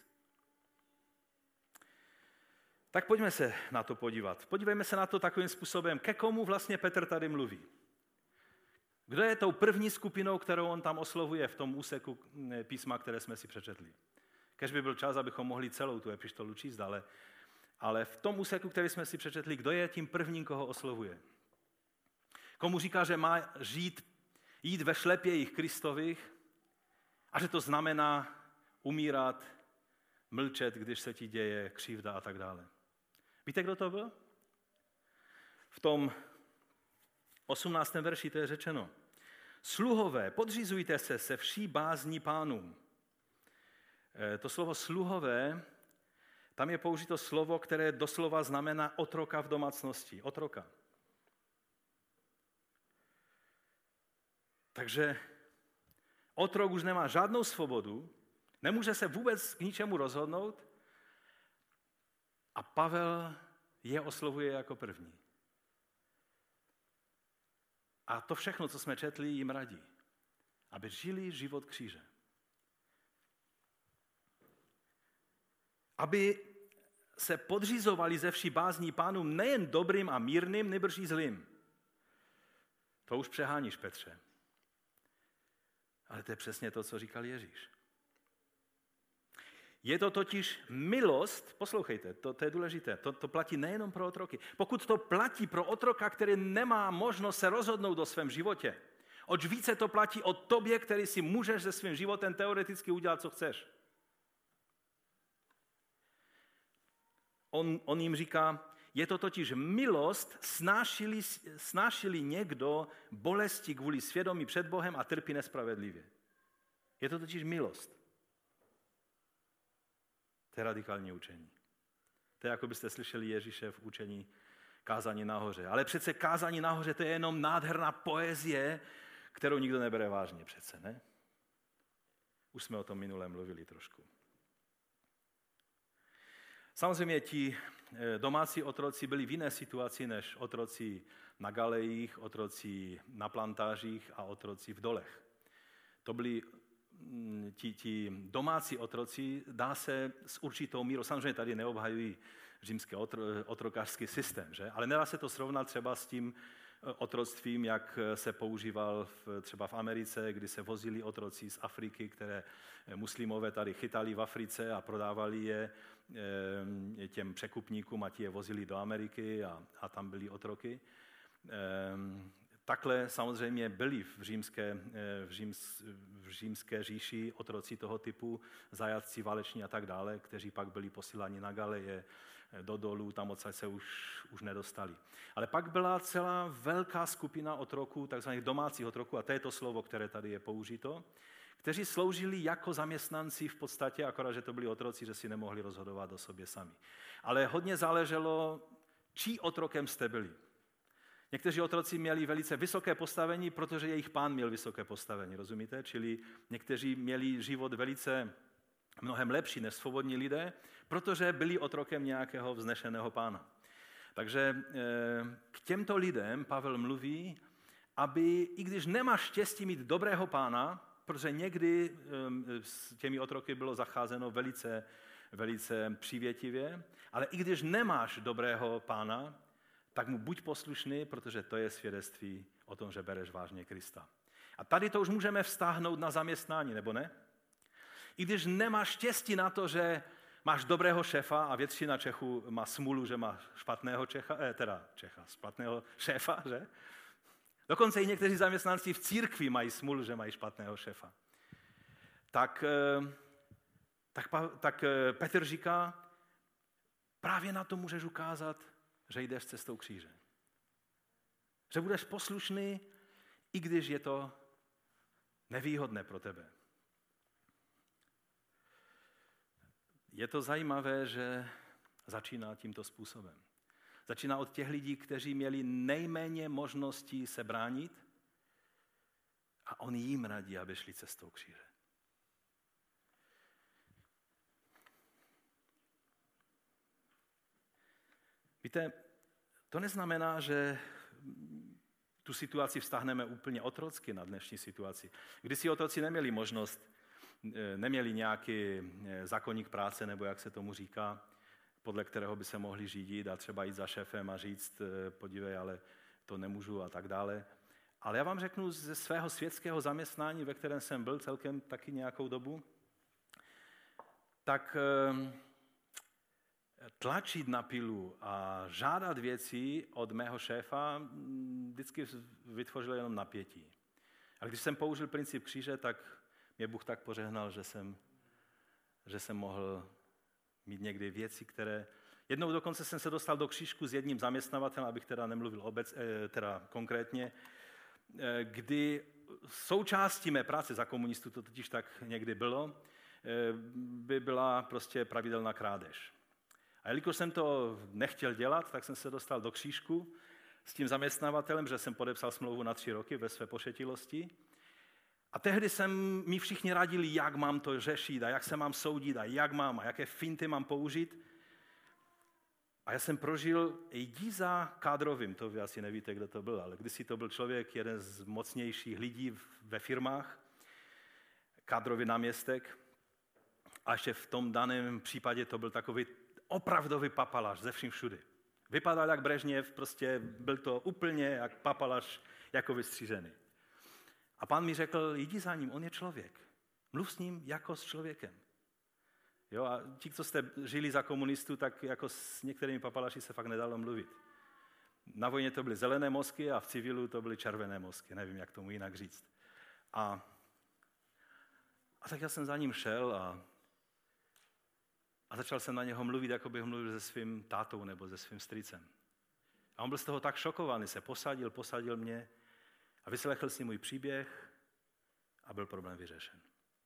Speaker 1: Tak pojďme se na to podívat. Podívejme se na to takovým způsobem, ke komu vlastně Petr tady mluví. Kdo je tou první skupinou, kterou on tam oslovuje v tom úseku písma, které jsme si přečetli? Kež by byl čas, abychom mohli celou tu epištolu číst, ale v tom úseku, který jsme si přečetli, kdo je tím prvním, koho oslovuje? Komu říká, že má jít ve šlepějích Kristových a že to znamená umírat, mlčet, když se ti děje křivda a tak dále. Víte, kdo to byl? V tom 18. verši to je řečeno. Sluhové, podřizujte se vší bázní pánům. To slovo sluhové, tam je použito slovo, které doslova znamená otroka v domácnosti. Otroka. Takže otrok už nemá žádnou svobodu, nemůže se vůbec k ničemu rozhodnout a Pavel je oslovuje jako první. A to všechno, co jsme četli, jim radí, aby žili život kříže. Aby se podřizovali ze vší bázní pánům nejen dobrým a mírným, nýbrž i zlým. To už přeháníš, Petře. Ale to je přesně to, co říkal Ježíš. Je to totiž milost, poslouchejte, to je důležité, to platí nejenom pro otroky. Pokud to platí pro otroka, který nemá možnost se rozhodnout o svém životě, oč více to platí o tobě, který si můžeš se svým životem teoreticky udělat, co chceš. On jim říká, je to totiž milost, snášili někdo bolesti kvůli svědomí před Bohem a trpí nespravedlivě. Je to totiž milost. To je radikální učení. To je, jako byste slyšeli Ježíše v učení kázání nahoře. Ale přece kázání nahoře, to je jenom nádherná poezie, kterou nikdo nebere vážně přece, ne? Už jsme o tom minule mluvili trošku. Samozřejmě ti domácí otroci byli v jiné situaci než otroci na galejích, otroci na plantážích a otroci v dolech. To byli ti domácí otroci, dá se s určitou mírou, samozřejmě tady neobhajují římský otrokářský systém, že? Ale nedá se to srovnat třeba s tím otroctvím, jak se používal třeba v Americe, kdy se vozili otroci z Afriky, které muslimové tady chytali v Africe a prodávali je těm překupníkům a ti je vozili do Ameriky a tam byli otroky. Takhle samozřejmě byli v římské říši otroci toho typu, zajatci, váleční a tak dále, kteří pak byli posíláni na galeje, do dolů, tam odsaď se už nedostali. Ale pak byla celá velká skupina otroků, takzvaných domácích otroků, a to je to slovo, které tady je použito, kteří sloužili jako zaměstnanci v podstatě, akorát, že to byli otroci, že si nemohli rozhodovat o sobě sami. Ale hodně záleželo, čí otrokem jste byli. Někteří otroci měli velice vysoké postavení, protože jejich pán měl vysoké postavení, rozumíte? Čili někteří měli život velice mnohem lepší než svobodní lidé, protože byli otrokem nějakého vznešeného pána. Takže k těmto lidem Pavel mluví, aby, i když nemáš štěstí mít dobrého pána, protože někdy s těmi otroky bylo zacházeno velice, velice přívětivě, ale i když nemáš dobrého pána, tak mu buď poslušný, protože to je svědectví o tom, že bereš vážně Krista. A tady to už můžeme vztáhnout na zaměstnání, nebo ne? I když nemáš štěstí na to, že máš dobrého šéfa a většina Čechů má smůlu, že má špatného špatného šéfa, že? Dokonce i někteří zaměstnanci v církvi mají smůlu, že mají špatného šéfa. Tak Petr říká, právě na to můžeš ukázat, že jdeš cestou kříže. Že budeš poslušný, i když je to nevýhodné pro tebe. Je to zajímavé, že začíná tímto způsobem. Začíná od těch lidí, kteří měli nejméně možností se bránit a on jim radí, aby šli cestou kříže. Víte, to neznamená, že tu situaci vztahneme úplně otrocky na dnešní situaci. Kdysi otroci neměli možnost, neměli nějaký zákoník práce, nebo jak se tomu říká, podle kterého by se mohli řídit a třeba jít za šéfem a říct, podívej, ale to nemůžu a tak dále. Ale já vám řeknu ze svého světského zaměstnání, ve kterém jsem byl celkem taky nějakou dobu, tak tlačit na pilu a žádat věci od mého šéfa vždycky vytvořilo jenom napětí. A když jsem použil princip kříže, tak mě Bůh tak požehnal, že jsem mohl mít někdy věci, které... Jednou dokonce jsem se dostal do křížku s jedním zaměstnavatelem, abych teda nemluvil konkrétně, kdy součástí mé práce za komunistů, to totiž tak někdy bylo, by byla prostě pravidelná krádež. A jelikož jsem to nechtěl dělat, tak jsem se dostal do křížku s tím zaměstnavatelem, že jsem podepsal smlouvu na 3 roky ve své pošetilosti. A tehdy mi všichni radili, jak mám to řešit a jak se mám soudit a jak mám a jaké finty mám použít. A já jsem prožil Jíza Kádrovým, to vy asi nevíte, kdo to byl, ale kdysi to byl člověk, jeden z mocnějších lidí ve firmách, kádrový náměstek. A ještě v tom daném případě to byl takový opravdový papaláš ze vším všudy. Vypadal jak Brežněv, prostě byl to úplně jak papaláš, jako vystřížený. A pán mi řekl, jdi za ním, on je člověk. Mluv s ním jako s člověkem. Jo, a ti, co jste žili za komunistů, tak jako s některými papalaši se fakt nedalo mluvit. Na vojně to byly zelené mozky a v civilu to byly červené mozky, nevím, jak tomu jinak říct. A tak já jsem za ním šel a začal jsem na něho mluvit, jako bych mluvil se svým tátou nebo se svým strýcem. A on byl z toho tak šokovaný, se posadil mě a vyslechl si můj příběh a byl problém vyřešen.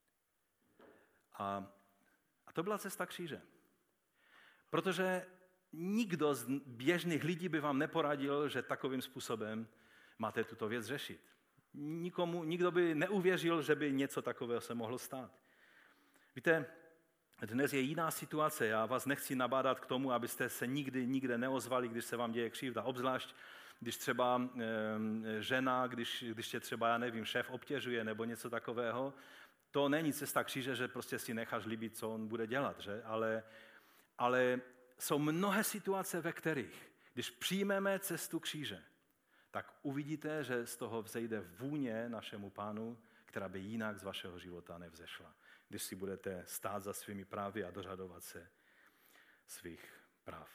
Speaker 1: A to byla cesta kříže. Protože nikdo z běžných lidí by vám neporadil, že takovým způsobem máte tuto věc řešit. Nikdo by neuvěřil, že by něco takového se mohlo stát. Víte, dnes je jiná situace. Já vás nechci nabádat k tomu, abyste se nikde neozvali, když se vám děje křivda. Obzvlášť, když třeba žena, když tě třeba, já nevím, šéf obtěžuje nebo něco takového. To není cesta kříže, že prostě si necháš líbit, co on bude dělat, že? Ale jsou mnohé situace, ve kterých, když přijmeme cestu kříže, tak uvidíte, že z toho vzejde vůně našemu Pánu, která by jinak z vašeho života nevzešla, když si budete stát za svými právy a dořadovat se svých práv.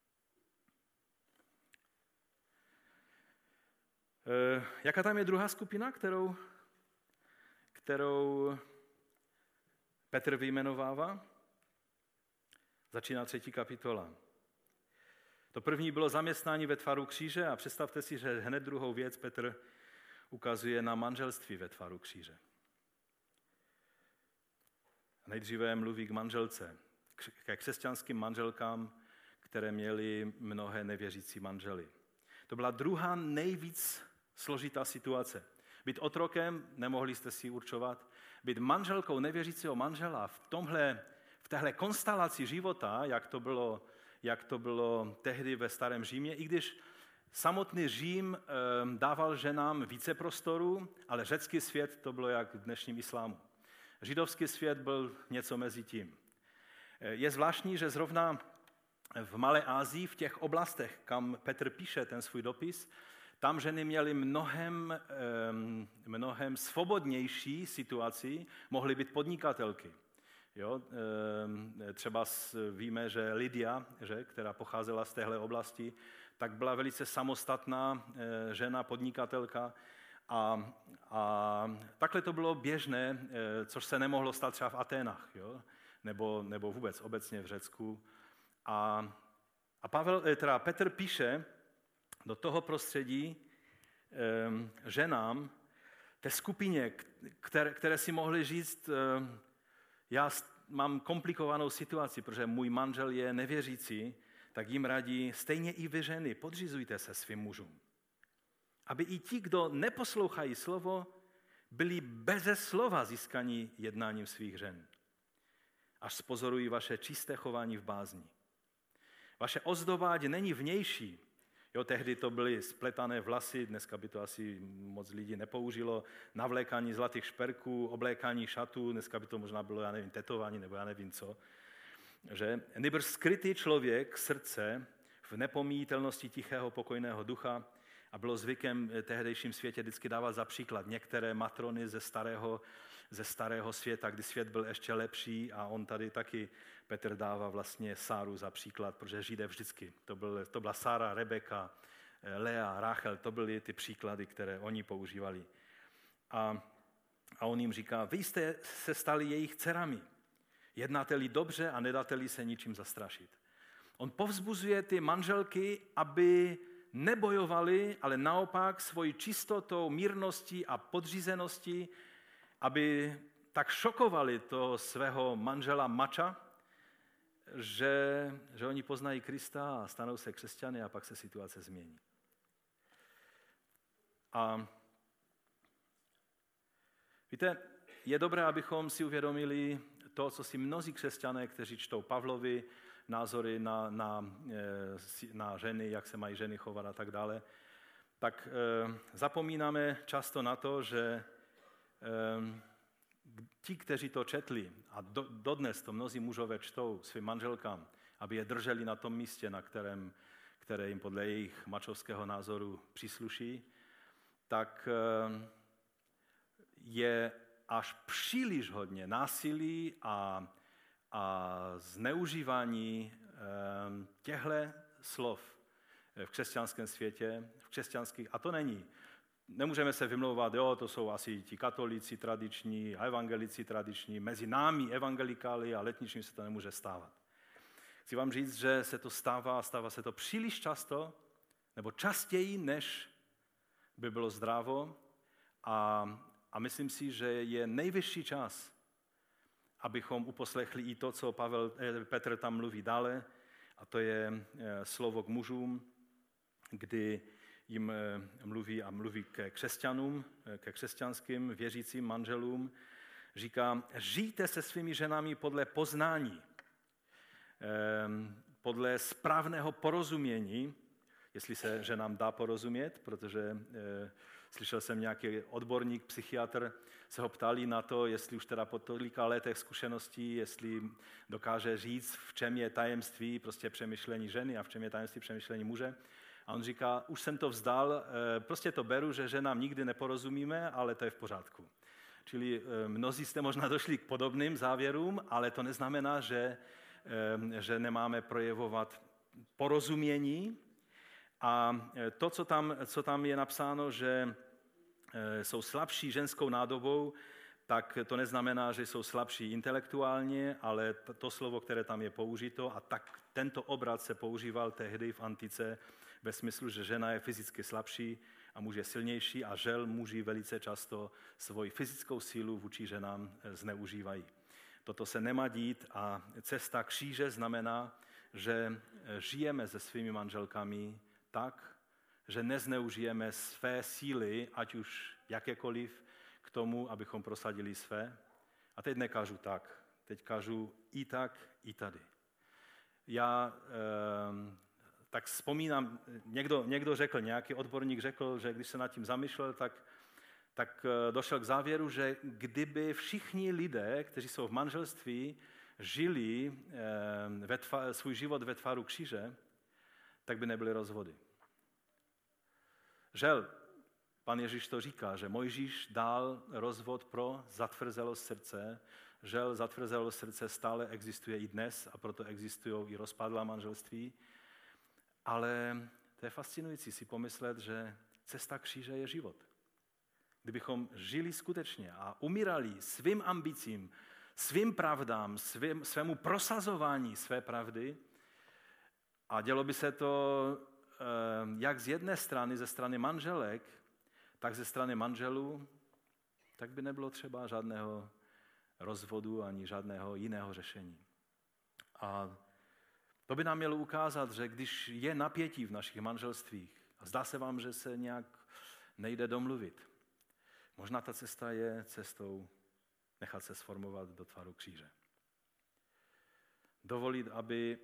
Speaker 1: Jaká tam je druhá skupina, kterou Petr vyjmenovává? Začíná 3. kapitola. To první bylo zaměstnání ve tvaru kříže a představte si, že hned druhou věc Petr ukazuje na manželství ve tvaru kříže. Nejdříve mluví k manželce, ke křesťanským manželkám, které měly mnohé nevěřící manžely. To byla druhá nejvíc složitá situace. Být otrokem, nemohli jste si určovat. Být manželkou nevěřícího manžela v téhle konstelaci života, jak to bylo tehdy ve Starém Římě, i když samotný Řím dával ženám více prostoru, ale řecký svět to bylo jak v dnešním islámu. Židovský svět byl něco mezi tím. Je zvláštní, že zrovna v Malé Asii, v těch oblastech, kam Petr píše ten svůj dopis, tam ženy měly mnohem svobodnější situaci, mohly být podnikatelky. Jo? Třeba víme, že Lydia, která pocházela z téhle oblasti, tak byla velice samostatná žena, podnikatelka. A takhle to bylo běžné, což se nemohlo stát třeba v Aténách, jo? Nebo vůbec obecně v Řecku. A Petr píše do toho prostředí ženám, té skupině, které si mohly říct, já mám komplikovanou situaci, protože můj manžel je nevěřící, tak jim radí, stejně i vy ženy, podřizujte se svým mužům. Aby i ti, kdo neposlouchají slovo, byli beze slova získaní jednáním svých žen. Až spozorují vaše čisté chování v bázni. Vaše ozdoba ať není vnější. Jo, tehdy to byly spletané vlasy, dneska by to asi moc lidí nepoužilo, navlékání zlatých šperků, oblékání šatů, dneska by to možná bylo, já nevím, tetování nebo já nevím co. Že? Nýbrž skrytý člověk, srdce, v nepomíjitelnosti tichého, pokojného ducha, a bylo zvykem v tehdejším světě vždycky dávat za příklad některé matrony ze starého světa, kdy svět byl ještě lepší, a on tady taky, Petr dává vlastně Sáru za příklad, protože Židé vždycky, to byla Sára, Rebeka, Lea, Rachel, to byly ty příklady, které oni používali. A on jim říká, vy jste se stali jejich dcerami, jednáte-li dobře a nedáte-li se ničím zastrašit. On povzbuzuje ty manželky, aby nebojovali, ale naopak svojí čistotou, mírností a podřízeností, aby tak šokovali toho svého manžela mača, že oni poznají Krista a stanou se křesťany a pak se situace změní. A víte, je dobré, abychom si uvědomili to, co si mnozí křesťané, kteří čtou Pavlovy názory na ženy, jak se mají ženy chovat a tak dále, tak zapomínáme často na to, že ti, kteří to četli, a dodnes to mnozí mužové čtou svým manželkám, aby je drželi na tom místě, které jim podle jejich mačovského názoru přísluší, tak je až příliš hodně násilí a zneužívání těchto slov v křesťanském světě, a to není. Nemůžeme se vymlouvat, jo, to jsou asi ti katolíci tradiční a evangelici tradiční, mezi námi evangelikály a letničním se to nemůže stávat. Chci vám říct, že se to stává se to příliš často, nebo častěji, než by bylo zdravo, a myslím si, že je nejvyšší čas, abychom uposlechli i to, co Petr tam mluví dále, a to je slovo k mužům, kdy jim mluví ke křesťanům, ke křesťanským věřícím manželům. Říká, žijte se svými ženami podle poznání, podle správného porozumění, jestli se ženám dá porozumět, protože slyšel jsem nějaký odborník, psychiatr, se ho ptali na to, jestli už teda po tolika letech zkušeností, jestli dokáže říct, v čem je tajemství prostě přemýšlení ženy a v čem je tajemství přemýšlení muže. A on říká, už jsem to vzdal, prostě to beru, že ženám nikdy neporozumíme, ale to je v pořádku. Čili mnozí jste možná došli k podobným závěrům, ale to neznamená, že nemáme projevovat porozumění. A to, co tam je napsáno, že jsou slabší ženskou nádobou, tak to neznamená, že jsou slabší intelektuálně, ale to slovo, které tam je použito, a tak tento obrat se používal tehdy v antice ve smyslu, že žena je fyzicky slabší a muž je silnější, a žel muži velice často svoji fyzickou sílu vůči ženám zneužívají. Toto se nemá dít, a cesta kříže znamená, že žijeme se svými manželkami tak, že nezneužijeme své síly, ať už jakékoliv, k tomu, abychom prosadili své, A teď nekážu tak, teď kážu i tak, i tady. Já tak vzpomínám, někdo řekl, nějaký odborník řekl, že když se nad tím zamýšlel, tak došel k závěru, že kdyby všichni lidé, kteří jsou v manželství, žili svůj život ve tvaru kříže, tak by nebyly rozvody. Žel, pan Ježíš to říká, že Mojžíš dal rozvod pro zatvrzelost srdce, žel zatvrzelost srdce stále existuje i dnes a proto existují i rozpadlá manželství, ale to je fascinující si pomyslet, že cesta kříže je život. Kdybychom žili skutečně a umírali svým ambicím, svým pravdám, svému prosazování své pravdy a dělo by se to jak z jedné strany, ze strany manželek, tak ze strany manželů, tak by nebylo třeba žádného rozvodu ani žádného jiného řešení. A to by nám mělo ukázat, že když je napětí v našich manželstvích a zdá se vám, že se nějak nejde domluvit, možná ta cesta je cestou nechat se sformovat do tvaru kříže. Dovolit, aby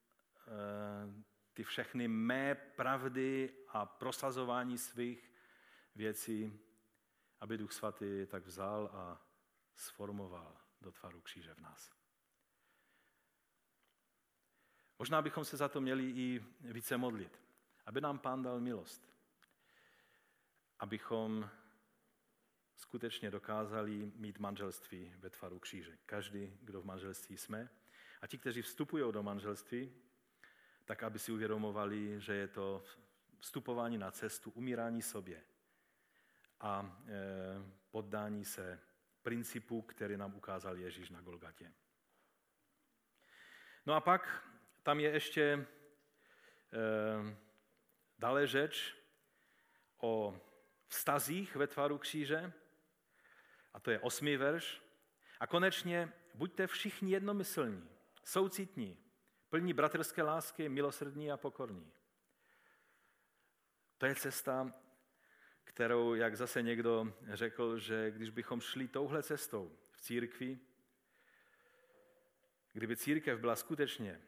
Speaker 1: ty všechny mé pravdy a prosazování svých věcí, aby Duch Svatý tak vzal a sformoval do tvaru kříže v nás. Možná bychom se za to měli i více modlit, aby nám Pán dal milost, abychom skutečně dokázali mít manželství ve tvaru kříže. Každý, kdo v manželství jsme. A ti, kteří vstupují do manželství, tak aby si uvědomovali, že je to vstupování na cestu, umírání sobě a poddání se principu, který nám ukázal Ježíš na Golgatě. No a pak tam je ještě dále řeč o vztazích ve tvaru kříže, a to je 8. verš. A konečně buďte všichni jednomyslní, soucitní, plní bratrské lásky, milosrdní a pokorní. To je cesta, kterou, jak zase někdo řekl, že když bychom šli touhle cestou v církvi, kdyby církev byla skutečně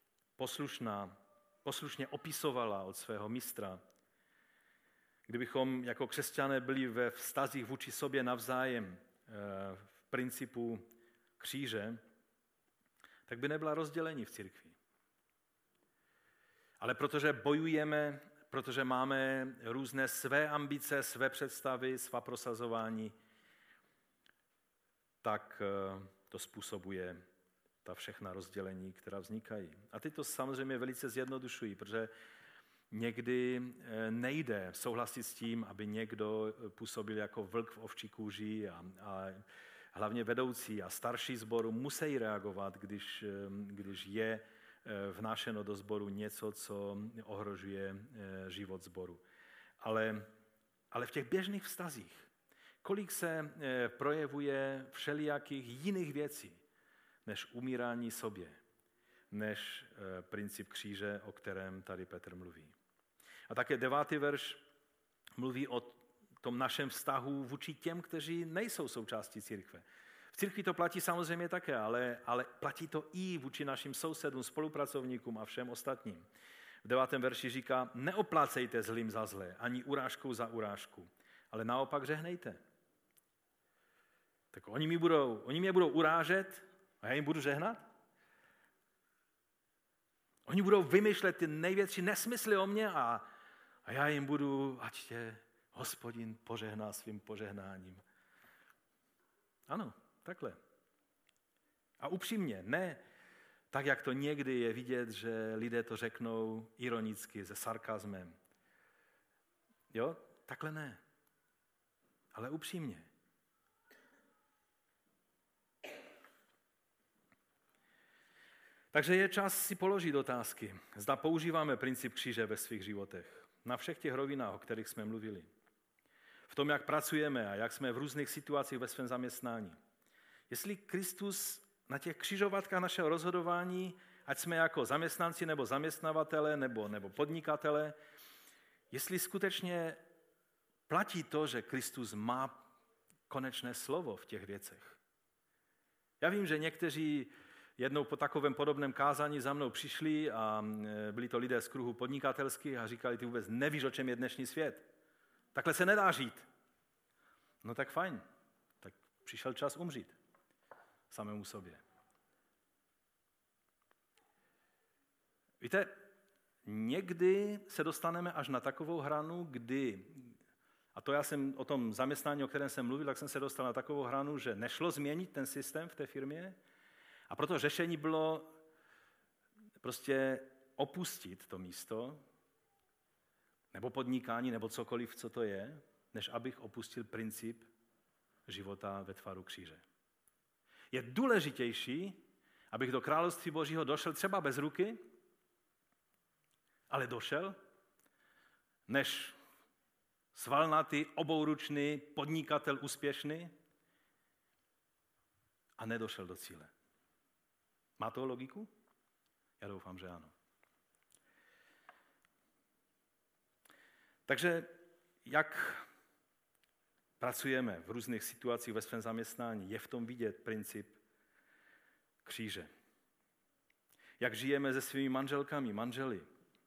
Speaker 1: poslušně opisovala od svého mistra, kdybychom jako křesťané byli ve vztazích vůči sobě navzájem v principu kříže, tak by nebyla rozdělení v církvi. Ale protože bojujeme, protože máme různé své ambice, své představy, svá prosazování, tak to způsobuje ta všechna rozdělení, která vznikají. A ty to samozřejmě velice zjednodušují, protože někdy nejde souhlasit s tím, aby někdo působil jako vlk v ovčí kůži a hlavně vedoucí a starší sboru musí reagovat, když je vnášeno do sboru něco, co ohrožuje život sboru. Ale v těch běžných vztazích, kolik se projevuje všelijakých jiných věcí, než umírání sobě, než princip kříže, o kterém tady Petr mluví. A také 9. verš mluví o tom našem vztahu vůči těm, kteří nejsou součástí církve. V církvi to platí samozřejmě také, ale platí to i vůči našim sousedům, spolupracovníkům a všem ostatním. V 9. verši říká, neoplácejte zlým za zlé, ani urážkou za urážku, ale naopak žehnejte. Tak oni mě budou urážet a já jim budu žehnat? Oni budou vymýšlet ty největší nesmysly o mě a já jim budu, ať tě Hospodin požehná svým požehnáním. Ano, takhle. A upřímně, ne tak, jak to někdy je vidět, že lidé to řeknou ironicky, se sarkazmem. Jo, takhle ne. Ale upřímně. Takže je čas si položit otázky. Zda používáme princip kříže ve svých životech. Na všech těch rovinách, o kterých jsme mluvili. V tom, jak pracujeme a jak jsme v různých situacích ve svém zaměstnání. Jestli Kristus na těch křižovatkách našeho rozhodování, ať jsme jako zaměstnanci nebo zaměstnavatele nebo podnikatele, jestli skutečně platí to, že Kristus má konečné slovo v těch věcech. Já vím, že někteří jednou po takovém podobném kázání za mnou přišli a byli to lidé z kruhu podnikatelských a říkali, ty vůbec nevíš, o čem je dnešní svět. Takhle se nedá žít. No tak fajn, tak přišel čas umřít samému sobě. Víte, někdy se dostaneme až na takovou hranu, kdy, a to já jsem o tom zaměstnání, o kterém jsem mluvil, tak jsem se dostal na takovou hranu, že nešlo změnit ten systém v té firmě a proto řešení bylo prostě opustit to místo, nebo podnikání, nebo cokoliv, co to je, než abych opustil princip života ve tvaru kříže. Je důležitější, abych do království Božího došel třeba bez ruky, ale došel, než svalnatý, obouručný podnikatel úspěšný a nedošel do cíle. Má to logiku? Já doufám, že ano. Takže jak pracujeme v různých situacích ve svém zaměstnání, je v tom vidět princip kříže. Jak žijeme se svými manželkami, manželi.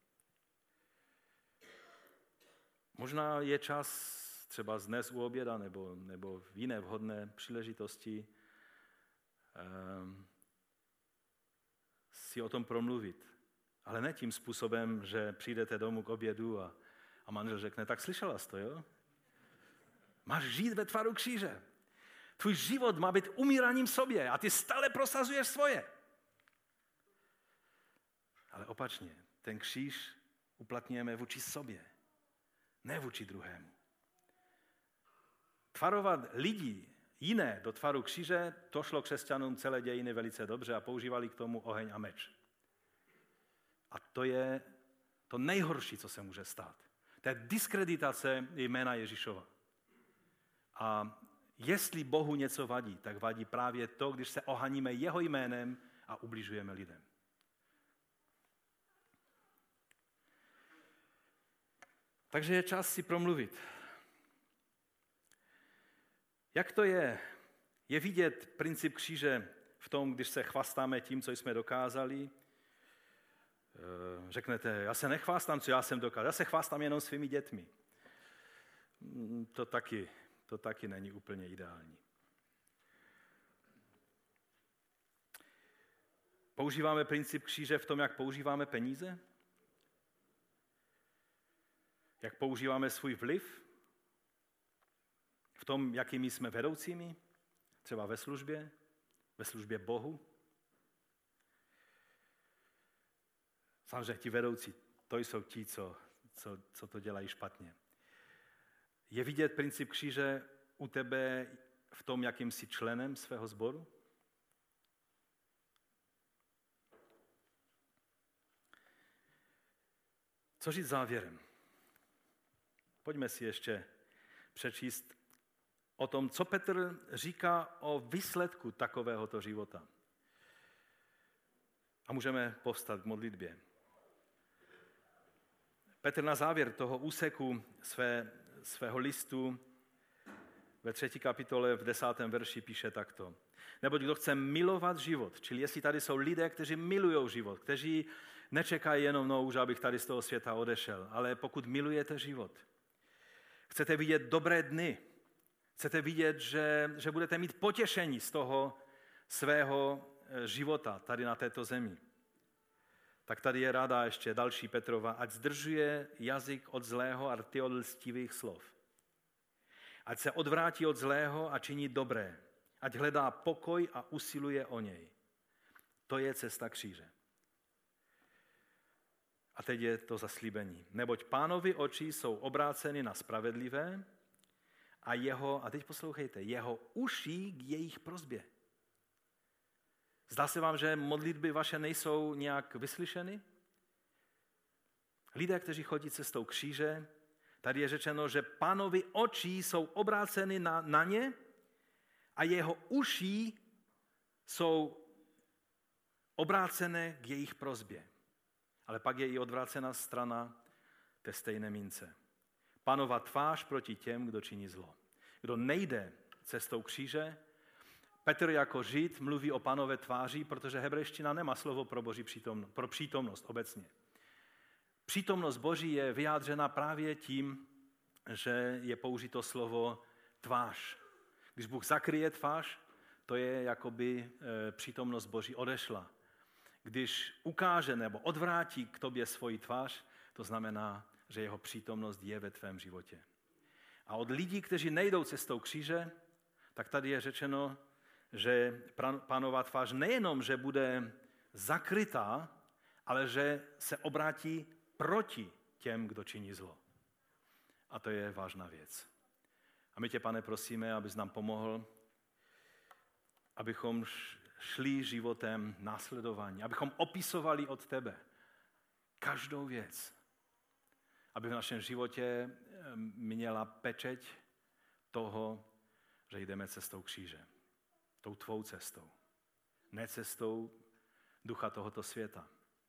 Speaker 1: Možná je čas třeba dnes u oběda nebo v jiné vhodné příležitosti si o tom promluvit. Ale ne tím způsobem, že přijdete domů k obědu a manžel řekne, tak slyšela jsi to, jo? Máš žít ve tvaru kříže. Tvůj život má být umíráním sobě a ty stále prosazuješ svoje. Ale opačně, ten kříž uplatňujeme vůči sobě, ne vůči druhému. Tvarovat lidi jiné do tvaru kříže, to šlo křesťanům celé dějiny velice dobře a používali k tomu oheň a meč. A to je to nejhorší, co se může stát. To je diskreditace jména Ježíšova. A jestli Bohu něco vadí, tak vadí právě to, když se ohaníme jeho jménem a ubližujeme lidem. Takže je čas si promluvit. Jak to je? Je vidět princip kříže v tom, když se chvastáme tím, co jsme dokázali. Řeknete, já se nechvástám, co já jsem dokázal, já se chvástám jenom svými dětmi. To taky není úplně ideální. Používáme princip kříže v tom, jak používáme peníze? Jak používáme svůj vliv? V tom, jakými jsme vedoucími? Třeba ve službě Bohu? Samozřejmě ti vedoucí, to jsou ti, co to dělají špatně. Je vidět princip kříže u tebe v tom, jakým jsi členem svého sboru? Co říct závěrem? Pojďme si ještě přečíst o tom, co Petr říká o výsledku takovéhoto života. A můžeme povstat k modlitbě. Petr na závěr toho úseku svého listu ve 3. kapitole v 10. verši píše takto. Neboť kdo chce milovat život, čili jestli tady jsou lidé, kteří milují život, kteří nečekají jenom, už abych tady z toho světa odešel, ale pokud milujete život, chcete vidět dobré dny, chcete vidět, že budete mít potěšení z toho svého života tady na této zemi, tak tady je rada ještě další Petrova, ať zdržuje jazyk od zlého a rty od lstivých slov. Ať se odvrátí od zlého a činí dobré. Ať hledá pokoj a usiluje o něj. To je cesta kříže. A teď je to zaslíbení. Neboť Pánovi oči jsou obráceny na spravedlivé a teď poslouchejte, jeho uší k jejich prosbě. Zdá se vám, že modlitby vaše nejsou nějak vyslyšeny? Lidé, kteří chodí cestou kříže, tady je řečeno, že Pánovi oči jsou obráceny na ně a jeho uší jsou obrácené k jejich prosbě. Ale pak je i odvrácená strana té stejné mince. Pánova tvář proti těm, kdo činí zlo. Kdo nejde cestou kříže, Petr jako Žid mluví o Pánové tváři, protože hebrejština nemá slovo pro přítomnost obecně. Přítomnost Boží je vyjádřena právě tím, že je použito slovo tvář. Když Bůh zakryje tvář, to je, jakoby přítomnost Boží odešla. Když ukáže nebo odvrátí k tobě svoji tvář, to znamená, že jeho přítomnost je ve tvém životě. A od lidí, kteří nejdou cestou kříže, tak tady je řečeno, že Pánova tvář nejenom, že bude zakrytá, ale že se obrátí proti těm, kdo činí zlo. A to je vážná věc. A my tě, Pane, prosíme, abys nám pomohl, abychom šli životem následování, abychom opisovali od tebe každou věc, aby v našem životě měla pečeť toho, že jdeme cestou kříže. Tou tvou cestou. Ne cestou ducha tohoto světa.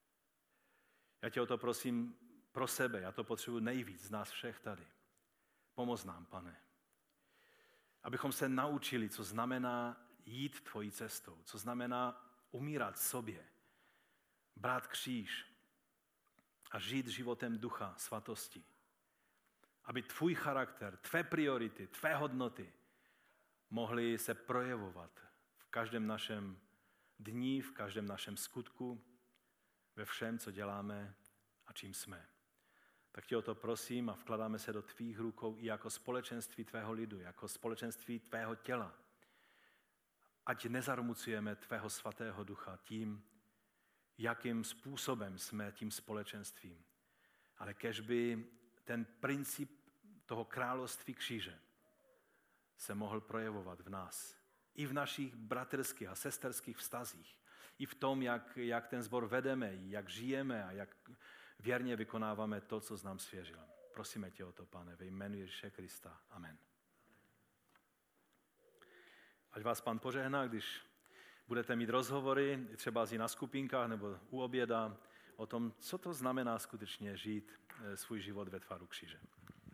Speaker 1: Já tě o to prosím pro sebe, já to potřebuji nejvíc z nás všech tady. Pomoz nám, Pane. Abychom se naučili, co znamená jít tvojí cestou, co znamená umírat sobě, brát kříž a žít životem ducha svatosti. Aby tvůj charakter, tvé priority, tvé hodnoty mohly se projevovat v každém našem dni, v každém našem skutku, ve všem, co děláme a čím jsme. Tak tě o to prosím a vkládáme se do tvých rukou i jako společenství tvého lidu, jako společenství tvého těla. Ať nezarmucujeme tvého svatého ducha tím, jakým způsobem jsme tím společenstvím. Ale kežby ten princip toho království kříže se mohl projevovat v nás. I v našich bratrských a sesterských vztazích. I v tom, jak ten sbor vedeme, jak žijeme a jak věrně vykonáváme to, co jsi nám svěřil. Prosíme tě o to, Pane, ve jménu Ježíše Krista. Amen. Ať vás Pán požehná, když budete mít rozhovory, třeba i na skupinkách nebo u oběda, o tom, co to znamená skutečně žít svůj život ve tvaru kříže.